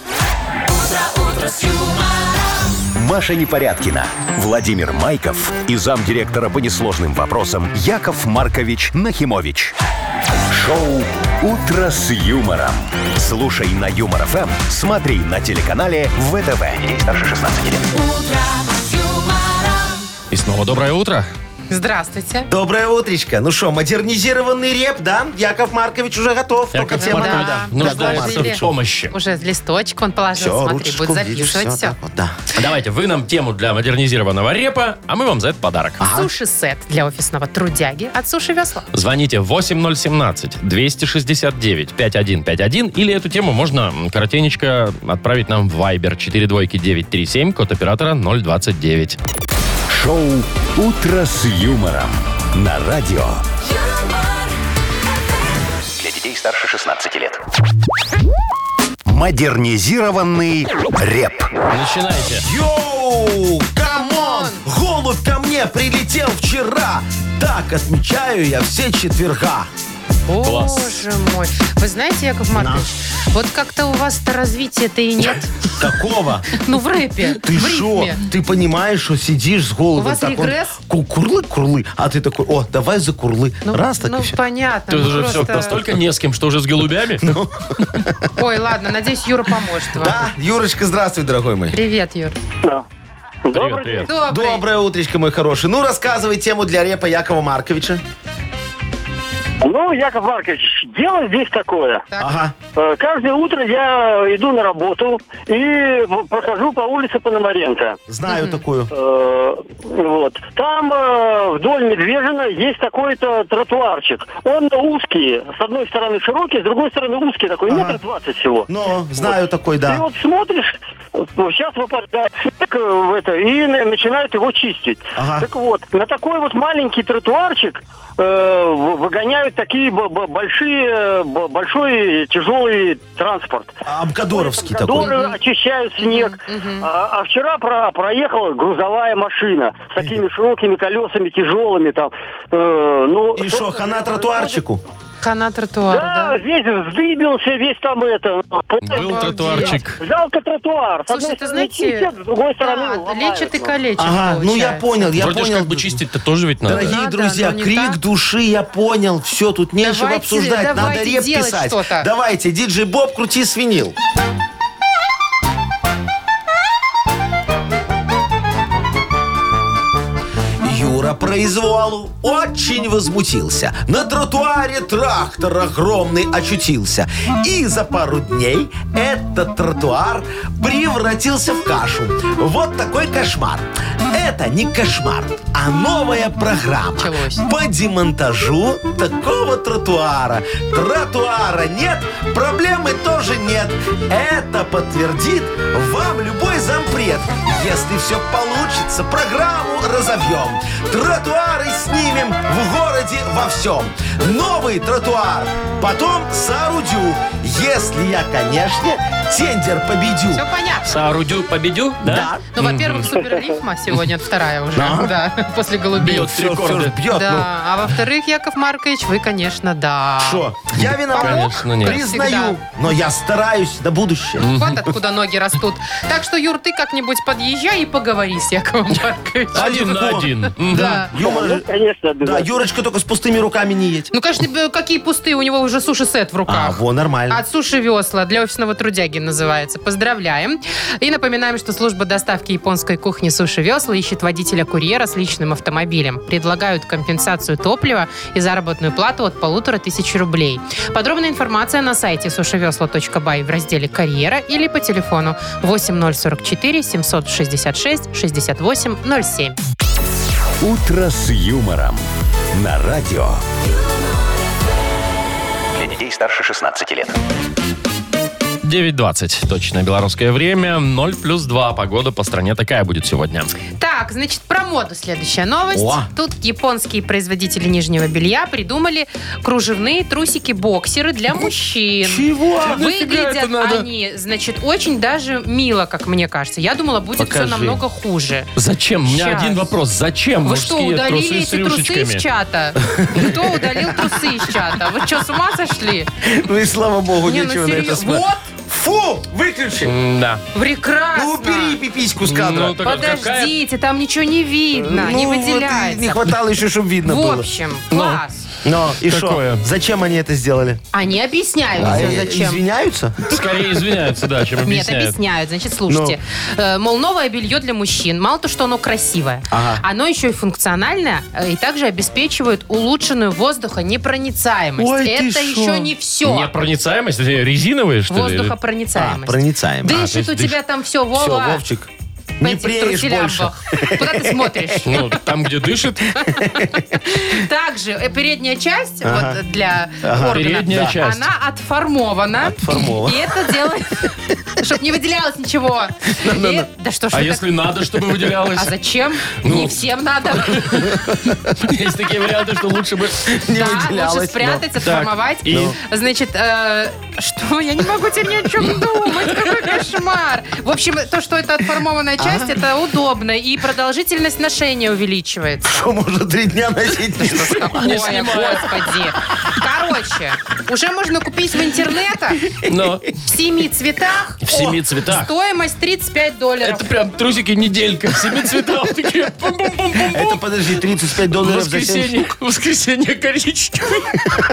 Маша Непорядкина, Владимир Майков и замдиректора по несложным вопросам Яков Маркович Нахимович. Шоу «Утро с юмором». Слушай на Юмор ФМ, смотри на телеканале ВТВ. Ей старше 16 лет. И снова доброе утро. Здравствуйте. Доброе утречко. Ну что, модернизированный реп, да? Яков Маркович уже готов. Только Яков тема Маркович надо. нуждается Положили. в помощи. Уже листочек он положил, Все, смотри, ручечку, будет видишь, записывать все. так вот, да. Давайте, вы нам тему для модернизированного репа, а мы вам за это подарок. Суши-сет для офисного трудяги от Суши Весла. Звоните 8017-269-5151 или эту тему можно коротенечко отправить нам в Viber 42937, код оператора 029. Шоу «Утро с юмором» на радио. Для детей старше 16 лет. Модернизированный реп. Начинайте. Йоу, камон! Голубь ко мне прилетел вчера. Так отмечаю я все четверга. Класс. Боже мой. Вы знаете, Яков Маркович, вот как-то у вас-то развития-то и нет. Какого? Ну, в рэпе, Ты в шо? рифме. Ты понимаешь, что сидишь с голубем. У вас так он регресс? Курлы, а ты такой, о, давай за курлы. Раз, так и Ну, все. понятно. Тут ну, уже все просто- настолько не с кем, что уже с голубями. Ой, ладно, надеюсь, Юра поможет вам. Да, Юрочка, здравствуй, дорогой мой. Привет, Юр. Да. Привет, привет. Добрый. Доброе утречко, мой хороший. Ну, рассказывай тему для репа Якова Марковича. Ну, Яков Маркович, дело здесь такое. Ага. Каждое утро я иду на работу и прохожу по улице Пономаренко. Знаю такую. Вот. Там вдоль Медвежина есть такой-то тротуарчик. Он узкий. С одной стороны широкий, с другой стороны узкий такой. Ага. Метр 20 всего. Ну, знаю такой, Ты да. вот смотришь, сейчас выпадает снег в это, и начинают его чистить. Ага. Так вот, на такой вот маленький тротуарчик выгоняют такие большой тяжелый тяжелый транспорт. Амкадоровский такой. Которые очищают снег. А вчера проехала грузовая машина с такими широкими колесами, тяжелыми там. И что, хана тротуарчику? Хана тротуар, Да, да? весь вздыбился, весь там это. Был тротуарчик. Жалко тротуар. С Слушай, одной ты стороны знаете, чистят, с другой стороны ломают. лечат и калечат, Ага, ну я получается. понял, Вроде ж как бы чистить-то тоже ведь надо. Дорогие Надо, друзья, но не крик так. души, я понял. Все, тут нечего Давайте, обсуждать. Надо давайте реп делать писать. что-то. Давайте, диджей Боб, крути свинил. Юра произволу очень возмутился. На тротуаре трактор огромный очутился. И за пару дней этот тротуар превратился в кашу. Вот такой кошмар. Это не кошмар, а новая программа Началось. по демонтажу такого тротуара. Тротуара нет, проблемы тоже нет. Это подтвердит вам любой зампред. Если все получится, программу разовьем. Тротуары снимем в городе во всем. Новый тротуар потом соорудю. Если я, конечно, тендер победю. Все понятно. Соорудю, победю, да? Ну, во-первых, суперлифма сегодня вторая уже, да, после голубей. Бьет Всё, рекорды. всё бьет, Да, ну. а во-вторых, Яков Маркович, вы, конечно, да. Что? Я виноват? Конечно, нет. Признаю. Всегда. Но я стараюсь на будущее. Вот откуда ноги растут. Так что, Юр, ты как-нибудь подъезжай и поговори с Яковом Марковичем. Один на один. Мгм. Да. Юмор же- Конечно, Да, обязательно. Юрочка только с пустыми руками не едет. Ну, конечно, какие пустые, у него уже суши-сет в А, руках. во, нормально. От суши-весла для офисного трудяги называется. Поздравляем. И напоминаем, что служба доставки японской кухни суши-весла ищет водителя-курьера с личным автомобилем. Предлагают компенсацию топлива и заработную плату от 1500 рублей. Подробная информация на сайте сушивесла.бай в разделе «Карьера» или по телефону 8044 766 6807. «Утро с юмором» на радио. Для детей старше 16 лет. 9:20. Точное белорусское время. 0+2. Погода по стране такая будет сегодня. Так, значит, про моду следующая новость. О. Тут японские производители нижнего белья придумали кружевные трусики-боксеры для мужчин. Чего? Нафига это Выглядят надо? они, значит, очень даже мило, как мне кажется. Я думала, будет Покажи. все намного хуже. Зачем? У меня Щас. один вопрос. Зачем Вы что, мужские удалили трусы с эти трусы рюшечками? из чата? Кто удалил трусы из чата? Вы что, с ума сошли? Ну и слава богу, Не, ну нечего на это серьезно. смотреть. Вот, Фу, выключи. Да. прекрасно. Ну убери пипиську с кадра. Ну, так а какая- Подождите, там ничего не видно, не Ну, вот и выделяется. не хватало еще, чтобы видно В было. общем, класс. Но, и Такое. что? Зачем они это сделали? Они объясняют, зачем. Извиняются? Скорее извиняются, да, чем Нет, объясняют. объясняют. Значит, слушайте. Мол, новое белье для мужчин. Мало то, что оно красивое, Ага. оно еще и функциональное, и также обеспечивает улучшенную воздухонепроницаемость. Ой, ты Это шо? еще не все. Непроницаемость? Это резиновые, что ли? Воздухопроницаемость. Проницаем. Дышит то у есть тебя там все, Вова. Все, Вовчик, в не этих преешь больше. труселямбах. Куда ты смотришь? Ну, там, где дышит, Также передняя часть вот, для органа, Передняя часть. она отформована. Отформована. И это делает, чтобы не выделялось ничего. И- Да что ж а вы если надо, чтобы выделялось? А зачем? Ну. Не всем надо. Есть такие варианты, что лучше бы... Не Да, выделялось, лучше спрятать, отформовать. и? Ну. Значит, что? Я не могу теперь ни о чем думать. Какой кошмар. В общем, то, что это отформованная часть, это удобно. И продолжительность ношения увеличивается. Что, можно 3 дня носить? Ой, господи. Короче, уже можно купить в интернетах Но в 7 цветах. в 7 цветах. Стоимость $35. Это прям трусики неделька. В 7 цветах. Такие пум-пум-пум-пум-пум. Это, подожди, $35 за 7 Воскресенье, штук. воскресенье коричневый.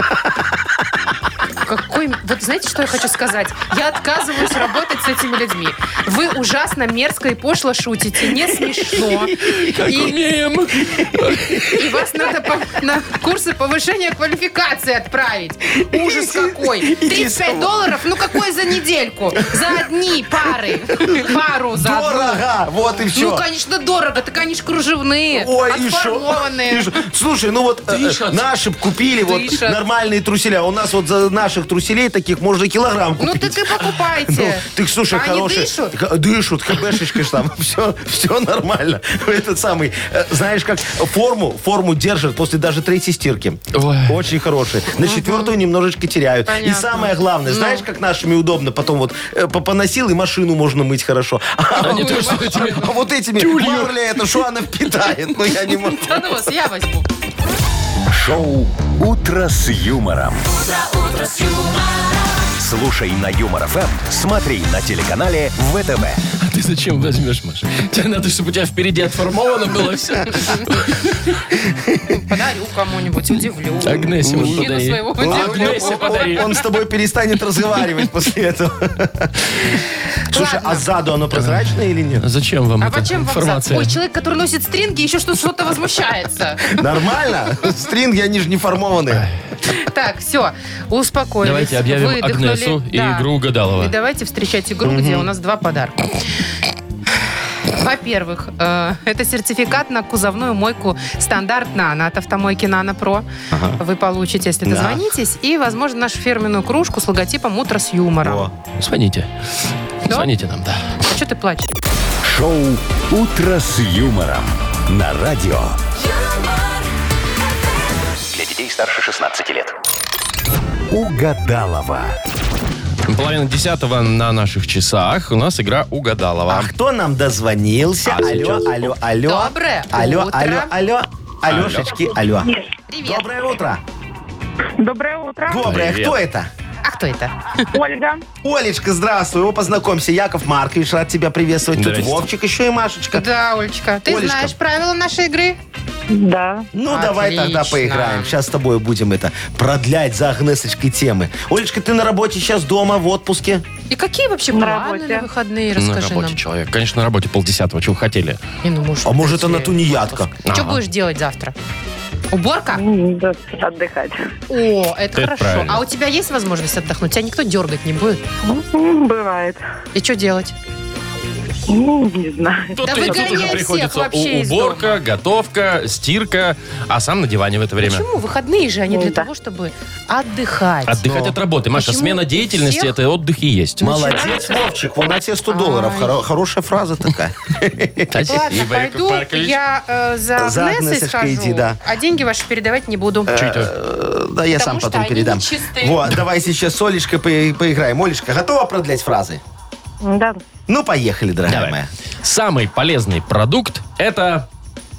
Какой... Вот знаете, что я хочу сказать? Я отказываюсь работать с этими людьми. Вы ужасно мерзко и пошло шутите. Не смешно. Умеем. И вас надо на курсы повышения квалификации отправить. Ужас какой. $35? Ну какой за недельку? За одни пары. Пару за одну. Дорого! Вот и все. Ну, конечно, дорого. Так они ж кружевные, Ой, и шо? отформованные. И шо? Слушай, ну вот Дышат. наши б купили вот Дышат. нормальные труселя. У нас вот за наших труселей труселей таких можно килограмм Ну купить. так и покупайте. Ты, слушай, А они хорошие. дышат? Дышат, хбшечка ж там. Все нормально. Этот самый, знаешь, как форму держат после даже 3-й стирки. Ой. Очень хорошие. На 4-ю немножечко теряют. И Понятно. самое главное, знаешь, как нашими удобно потом вот поносил, и машину можно мыть хорошо. А не то, что этими А вот этими, мало ли это, что она впитает. Ну, я не могу. Да ну вас, я возьму. Шоу «Утро с юмором». Слушай на Юмор ФМ, смотри на телеканале ВТВ. А ты зачем возьмешь, Маша? Тебе надо, чтобы у тебя впереди отформовано было все. Подарю кому-нибудь, удивлю. Агнесе вот Мужчину подари. своего Агнесе удивлю. подари. Он с тобой перестанет разговаривать после этого. Слушай, Ладно. а сзаду оно прозрачное или нет? Зачем вам А эта зачем вам информация? Ой, человек, который носит стринги, еще что-то возмущается. Нормально? Стринги, они же не формованные. Так, все, успокоились. Давайте объявим выдохнули. Агнесу и Да. игру угадалова. И давайте встречать игру, где у нас 2 подарка. Во-первых, это сертификат на кузовную мойку «Стандарт Нано» от автомойки «Нано Про». Вы получите, если дозвонитесь. И, возможно, нашу фирменную кружку с логотипом «Утро с юмором». О. Звоните. Да? Звоните нам, да. А что ты плачешь? Шоу «Утро с юмором» на радио. Для детей старше 16 лет. Угадалова. 9:30 на наших часах. У нас игра «Угадалова». А кто нам дозвонился? А, сейчас. Алло. Доброе Алло, утро. алло. Алешечки, алло. Привет. Доброе утро. Доброе утро. Доброе. Привет. Кто это? А кто это? Ольга. Олечка, здравствуй. О, познакомься. Яков Маркович, рад тебя приветствовать. Тут Здрасте. Вовчик еще и Машечка. Да, Олечка. Ты Олечка. знаешь правила нашей игры? Да. Ну, давай тогда Отлично. поиграем. Сейчас с тобой будем продлять за Агнесочкой темы. Олечка, ты на работе сейчас дома, в отпуске? И какие вообще На планы работе. на выходные? На Расскажи работе нам. человек. Конечно, на работе 9:30. Чего вы хотели? Не, ну, может, А может, быть, она тунеядка? Что Ага. будешь делать завтра? Уборка? Да, отдыхать. О, это Это хорошо. правильно. А у тебя есть возможность отдохнуть? Тебя никто дергать не будет? Бывает. И что делать? Не знаю. Тут, Да тут выгоняй уже всех приходится вообще из уборка, готовка, стирка, а сам на диване в это время. Почему? Выходные же они для Да. того, чтобы отдыхать. Отдыхать от работы. Маша, Почему смена деятельности всех? это отдых и есть. Молодец, Вовчик. Вон на тебе $100. Ай. Хорошая фраза такая. Спасибо, Ладно, Яков пойду, Маркович. я за За Агнесой Агнесочкой схожу, иди, да. а деньги ваши передавать не буду. Чё это? Да, я Потому сам потом что они передам. нечистые. Вот, давай сейчас с Олечкой поиграем. Олечка, готова продлять фразы? Да. Ну, поехали, дорогая Давай. моя. Самый полезный продукт это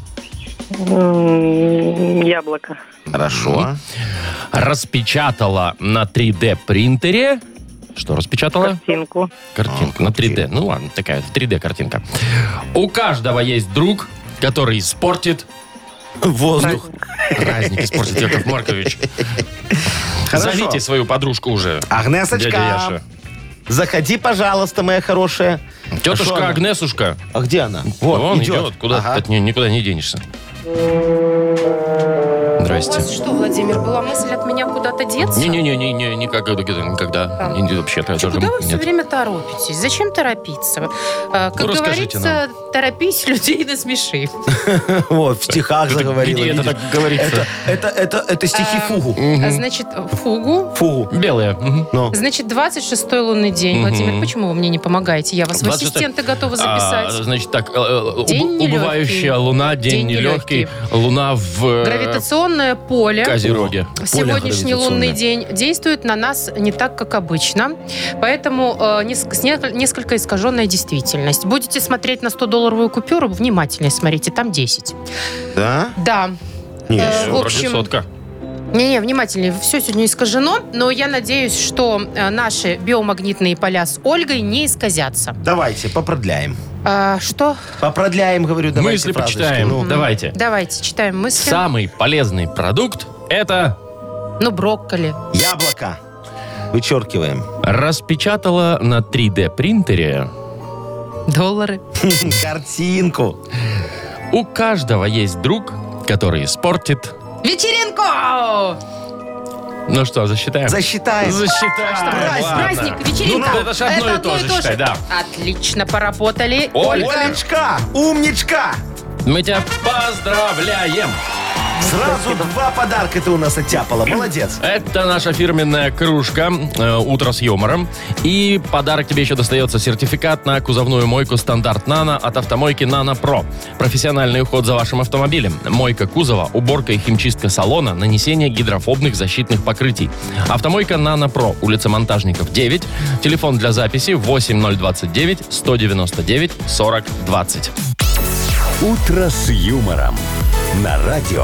Яблоко. Хорошо. распечатала на 3D принтере. Что распечатала? Картинку. Картинку на 3D. Ну ладно, такая 3D картинка. У каждого есть друг, который испортит Воздух. праздник, испортит Яков Маркович. Хорошо. Зовите свою подружку уже. Агнесочка, Дядя Яша. заходи, пожалуйста, моя хорошая. А что Тетушка она? Агнесушка. А где она? Вон идет. Куда Ага. ты никуда не денешься. У Здрасте. вас что, Владимир, была мысль от меня куда-то деться? Не-не-не, никогда. Вообще-то я Чё, даже... куда вы все нет. время торопитесь? Зачем торопиться? Как расскажите говорится, торопись, людей насмеши. Вот, в стихах заговорила. Где это видишь? так говорится? Это стихи Фугу. Значит, фугу. Фугу. Белая. Мгм. Ну. Значит, 26-й лунный день. Владимир, почему вы мне не помогаете? Я вас в 26-й. ассистенты готова записать. Значит так, День нелегкий. убывающая луна, день нелегкий, луна в Гравитационное поле. Козероге. Сегодняшний гравитационное. лунный день действует на нас не так, как обычно. Поэтому несколько искаженная действительность. Будете смотреть на $100 купюру, внимательнее смотрите, там 10. Да? Да. Нет. В Вроде общем, сотка. не-не, внимательнее. Все сегодня искажено, но я надеюсь, что наши биомагнитные поля с Ольгой не исказятся. Давайте, попродляем. Что? Попродляем, говорю, давайте Мысли фразочки. почитаем. Ну. Давайте. Давайте, читаем мысли. Самый полезный продукт это Ну, брокколи. Яблоко. Вычеркиваем. распечатала на 3D принтере. Доллары. Картинку. У каждого есть друг, который испортит. Вечеринку! Ну что, засчитаем? Засчитаем. Засчитаем. ладно. Праздник, вечеринка. Ну, это ж одно и то же, считай, да. Отлично поработали. Ольга. Олечка, умничка. Мы тебя поздравляем. Сразу 2 подарка ты у нас оттяпала. Молодец. Это наша фирменная кружка «Утро с юмором». И подарок тебе еще достается сертификат на кузовную мойку «Стандарт Нано» от автомойки «Нано Про». Профессиональный уход за вашим автомобилем. Мойка кузова, уборка и химчистка салона, нанесение гидрофобных защитных покрытий. Автомойка «Нано Про», улица Монтажников, 9. Телефон для записи 8029 199 40 20. «Утро с юмором» на радио.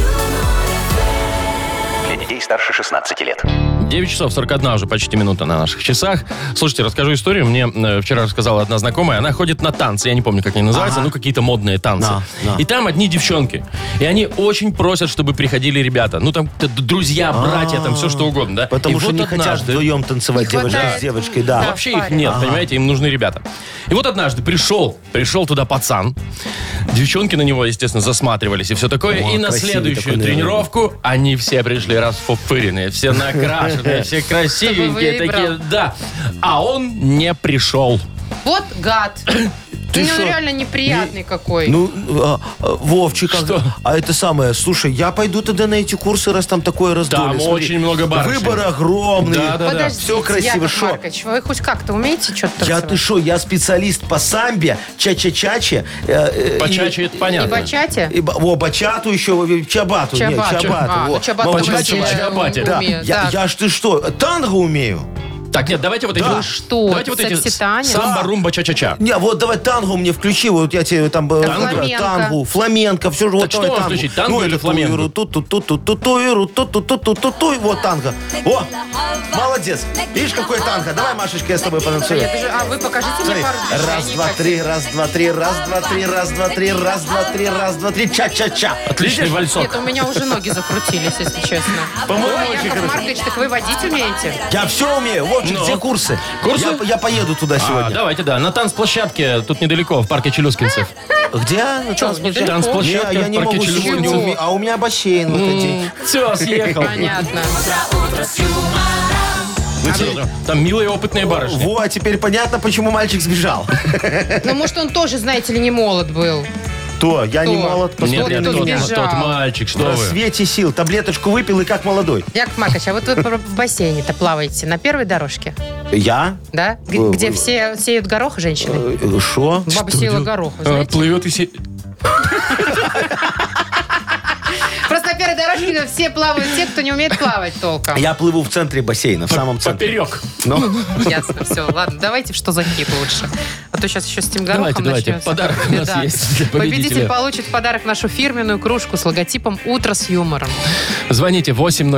Для детей старше 16 лет. 9 часов 41 уже почти минута на наших часах. Слушайте, расскажу историю. Мне вчера рассказала одна знакомая. Она ходит на танцы. Я не помню, как они называются. Ну, какие-то модные танцы. И там одни девчонки. И они очень просят, чтобы приходили ребята. Ну, там друзья, братья, там все что угодно, да? Потому и что вот не хотят однажды... вдвоем танцевать Не хватает. с девочкой, да. Вообще их нет, понимаете, им нужны ребята. И вот однажды пришел туда пацан. Девчонки на него, естественно, засматривались и все такое. О, и на красивый следующую такой, наверное. тренировку они все пришли расфуфыренные, все накрашенные, все красивенькие Чтобы такие, выбрал. да. А он не пришел. Вот гад. Ты Он шо? реально неприятный какой. Ну, Вовчик, Что? это самое, слушай, я пойду тогда на эти курсы, раз там такое раздолье. Там Смотри, очень много барышень. Выбор огромный. Да. Подождите, Все красиво. Яков Шо? Маркович, вы хоть как-то умеете что-то Ты шо, я специалист по самбе, ча-ча-чаче. По-чаче это И понятно. бачате? Бачату еще, чабату. Чабату. Нет, чабату. А, во. ну чабату Молодец. По-чаче, все чабате. Да, умеют, я да. ж ты что, танго умею? Так, нет, давайте вот эти... Да. вот- Что? Давайте вот эти Секси-танец? самба, румба, ча-ча-ча. Не, вот давай тангу мне включи, вот я тебе там Фламенко. тангу, фламенко, все же вот что давай вам тангу. включить, танго или фламенко? Ту-ту-ту-ту-ту-ту-ту-ту-ту-ту-ту, вот танго. О, молодец. Видишь, какой танго? Давай, Машечка, я с тобой потанцую. А вы покажите мне Смотри, пару раз, движений. два, три, раз, два, три, раз, два, три, раз, два, три, раз, два, три, раз, два, три, ча-ча-ча. Отличный Видишь? вальсок. Нет, у меня уже ноги закрутились, если честно. По-моему, Ой, очень Яков хорошо. Маркович, так вы водить умеете? Я все умею. Вовчик, Ну. где курсы? Курсы? Я поеду туда сегодня. Давайте, да. На танцплощадке, тут недалеко, в парке Челюскинцев. Где? недалеко? Танцплощадка Не, я не в парке могу Челюскинцев. сегодня. А у меня бассейн в этот день. Все, съехал. Понятно. Ну, чё, там милые опытные барышни. Во, а теперь понятно, почему мальчик сбежал. Ну, может, он тоже, знаете ли, не молод был. То, я не молод, Нет, посмотри нет, на тут меня. сбежал. тот мальчик, что В вы. свете сил. Таблеточку выпил и как молодой. Яков Маркович, а вот вы в бассейне-то плаваете на первой дорожке, Я? да? Где все сеют горох женщины? Шо? Баба сеяла горох, вы знаете? Плывет и Просто на первой дорожке все плавают те, кто не умеет плавать толком. Я плыву в центре бассейна, в самом центре. поперек. Ну, Ясно, все. Ладно, давайте что за хит лучше. А то сейчас еще с этим горохом Давайте, начнется. подарок у нас Да. есть для Победитель победителя. получит в подарок нашу фирменную кружку с логотипом «Утро с юмором». Звоните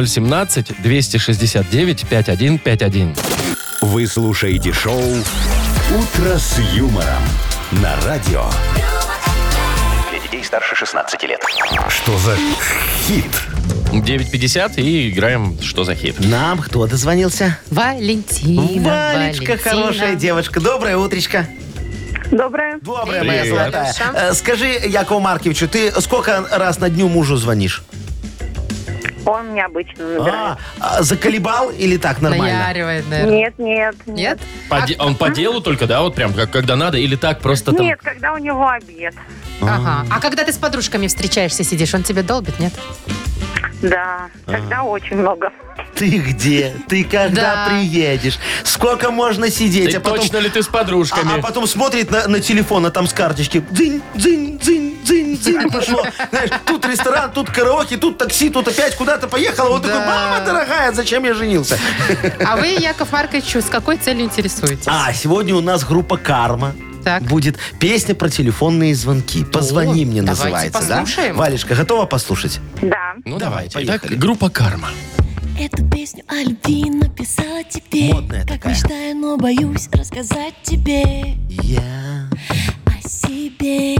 8017-269-5151. Вы слушаете шоу «Утро с юмором» на радио. Для детей старше 16 лет. Что за хит? 9:50 и играем «Что за хит?». нам кто дозвонился? Валентина, Валечка, хорошая девочка. Доброе утречко. Доброе. Доброе, моя Привет. золотая. Хорошо. Скажи, Якову Марковичу, ты сколько раз на дню мужу звонишь? Он мне обычно набирает. Заколебал или так нормально? Наяривает, наверное. Нет, нет, Нет? Он по делу только, да, вот прям как когда надо, или так просто там... Нет, когда у него обед. Ага. А когда ты с подружками встречаешься, сидишь, он тебе долбит, нет? Да, тогда очень много. Ты где? Ты когда Да. приедешь? Сколько можно сидеть? Да точно ли ты с подружками? А потом смотрит на телефон, а там с карточки дзынь, дзынь, дзынь, дзынь, дзынь пошло. Знаешь, тут ресторан, тут караоке, тут такси, тут опять куда-то поехала. Вот Да. такой, мама дорогая, зачем я женился? А вы, Яков Маркович, с какой целью интересуетесь? Сегодня у нас группа «Карма». Так. Будет песня про телефонные звонки. «Позвони мне» давайте называется, да? послушаем. Валечка, готова послушать? Да. Ну, Давай, давайте. Итак, поехали. группа «Карма». Эту песню о любви написала тебе. Модная как такая. мечтаю, но боюсь рассказать тебе Я. о себе.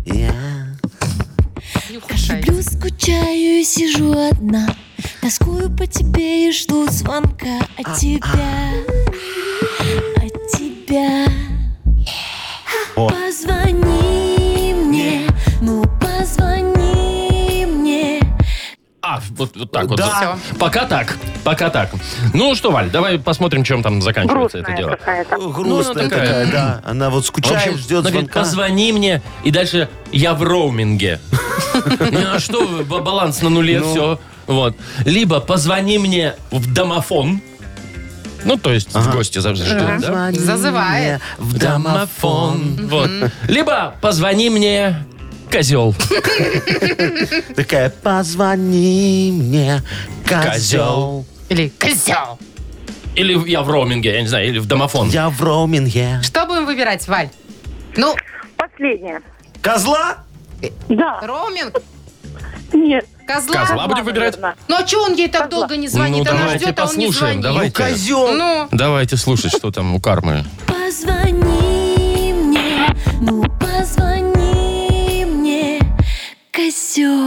Не Как украшайте. люблю, скучаю и сижу одна. Тоскую по тебе и жду звонка от тебя. От тебя. О. Позвони мне, ну позвони мне. Вот так вот. Да. Пока так. Пока так. Ну что, Валь, давай посмотрим, чем там заканчивается это Грустная дело. какая-то. Грустная такая. такая, да. Она вот В скучает, общем, ждет она говорит, звонка. позвони мне, и дальше я в роуминге. Ну, а что, вы, баланс на нуле, все. Вот. Либо позвони мне в домофон. Ну, то есть в гости ждут, да? Зазывает. В домофон. Вот. Либо позвони мне, козел. Такая, позвони мне, козел. Или козел. Или я в роуминге, я не знаю, или в домофон. Я в роуминге. Что будем выбирать, Валь? Ну, Последняя. Козла? Да. роуминг, Нет. козла. Козла будем выбирать? наверное. Ну, а что он ей так долго не звонит? Ну, Она давайте ждет, а он не послушаем, звонит. давайте. Козел. Ну, Давайте слушать, что там у кармы. Позвони мне, ну позвони мне, козел.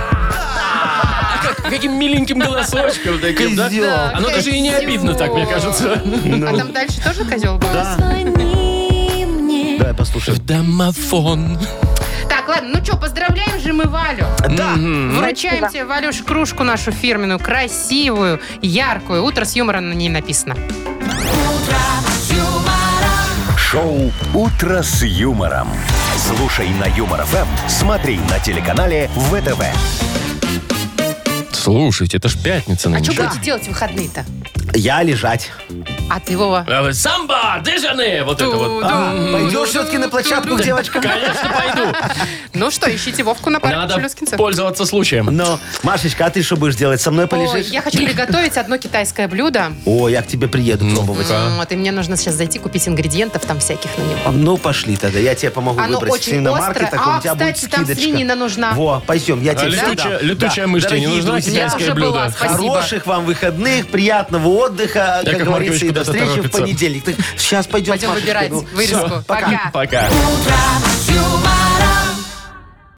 Каким миленьким голосочком таким, да? Козел. Оно даже и не обидно так, мне кажется. а там дальше тоже козел был? Позвони мне. Давай послушаем. В домофон. Так, ладно, ну что, поздравляем же мы Валю. Да. Вручаем тебе, Валюш, кружку нашу фирменную, красивую, яркую. «Утро с юмором» на ней написано. Шоу «Утро с юмором». Слушай на Юмор ФМ, смотри на телеканале ВТВ. Слушайте, это ж пятница А нынче. что будете делать в выходные-то? Я лежать. А ты, Вова? Самбо, дежане, вот это вот. Пойдешь все-таки на площадку к девочкам? Конечно, пойду. Ну что, ищите Вовку на парке Надо Челюскинцев. пользоваться случаем. Но, Машечка, а ты что будешь делать? Со мной Ой, полежишь? я хочу приготовить одно китайское блюдо. О, я к тебе приеду пробовать. Вот, и мне нужно сейчас зайти купить ингредиентов там всяких на него. Ну, пошли тогда. Я тебе помогу Оно выбрать очень свиномаркет, острое. у тебя будет Кстати, там скидочка. свинина нужна. Во, пойдем, я тебе всё дам. летучая Да. мышь тебе не Дорогие нужна? друзья, Китайское Я уже была, блюдо. спасибо. Хороших вам выходных, приятного отдыха, как Яков говорится, Маркович и до куда-то встречи в торопится. понедельник. Сейчас пойдем, Пойдем выбирать вырезку. Пока. Пока. Утро с юмором.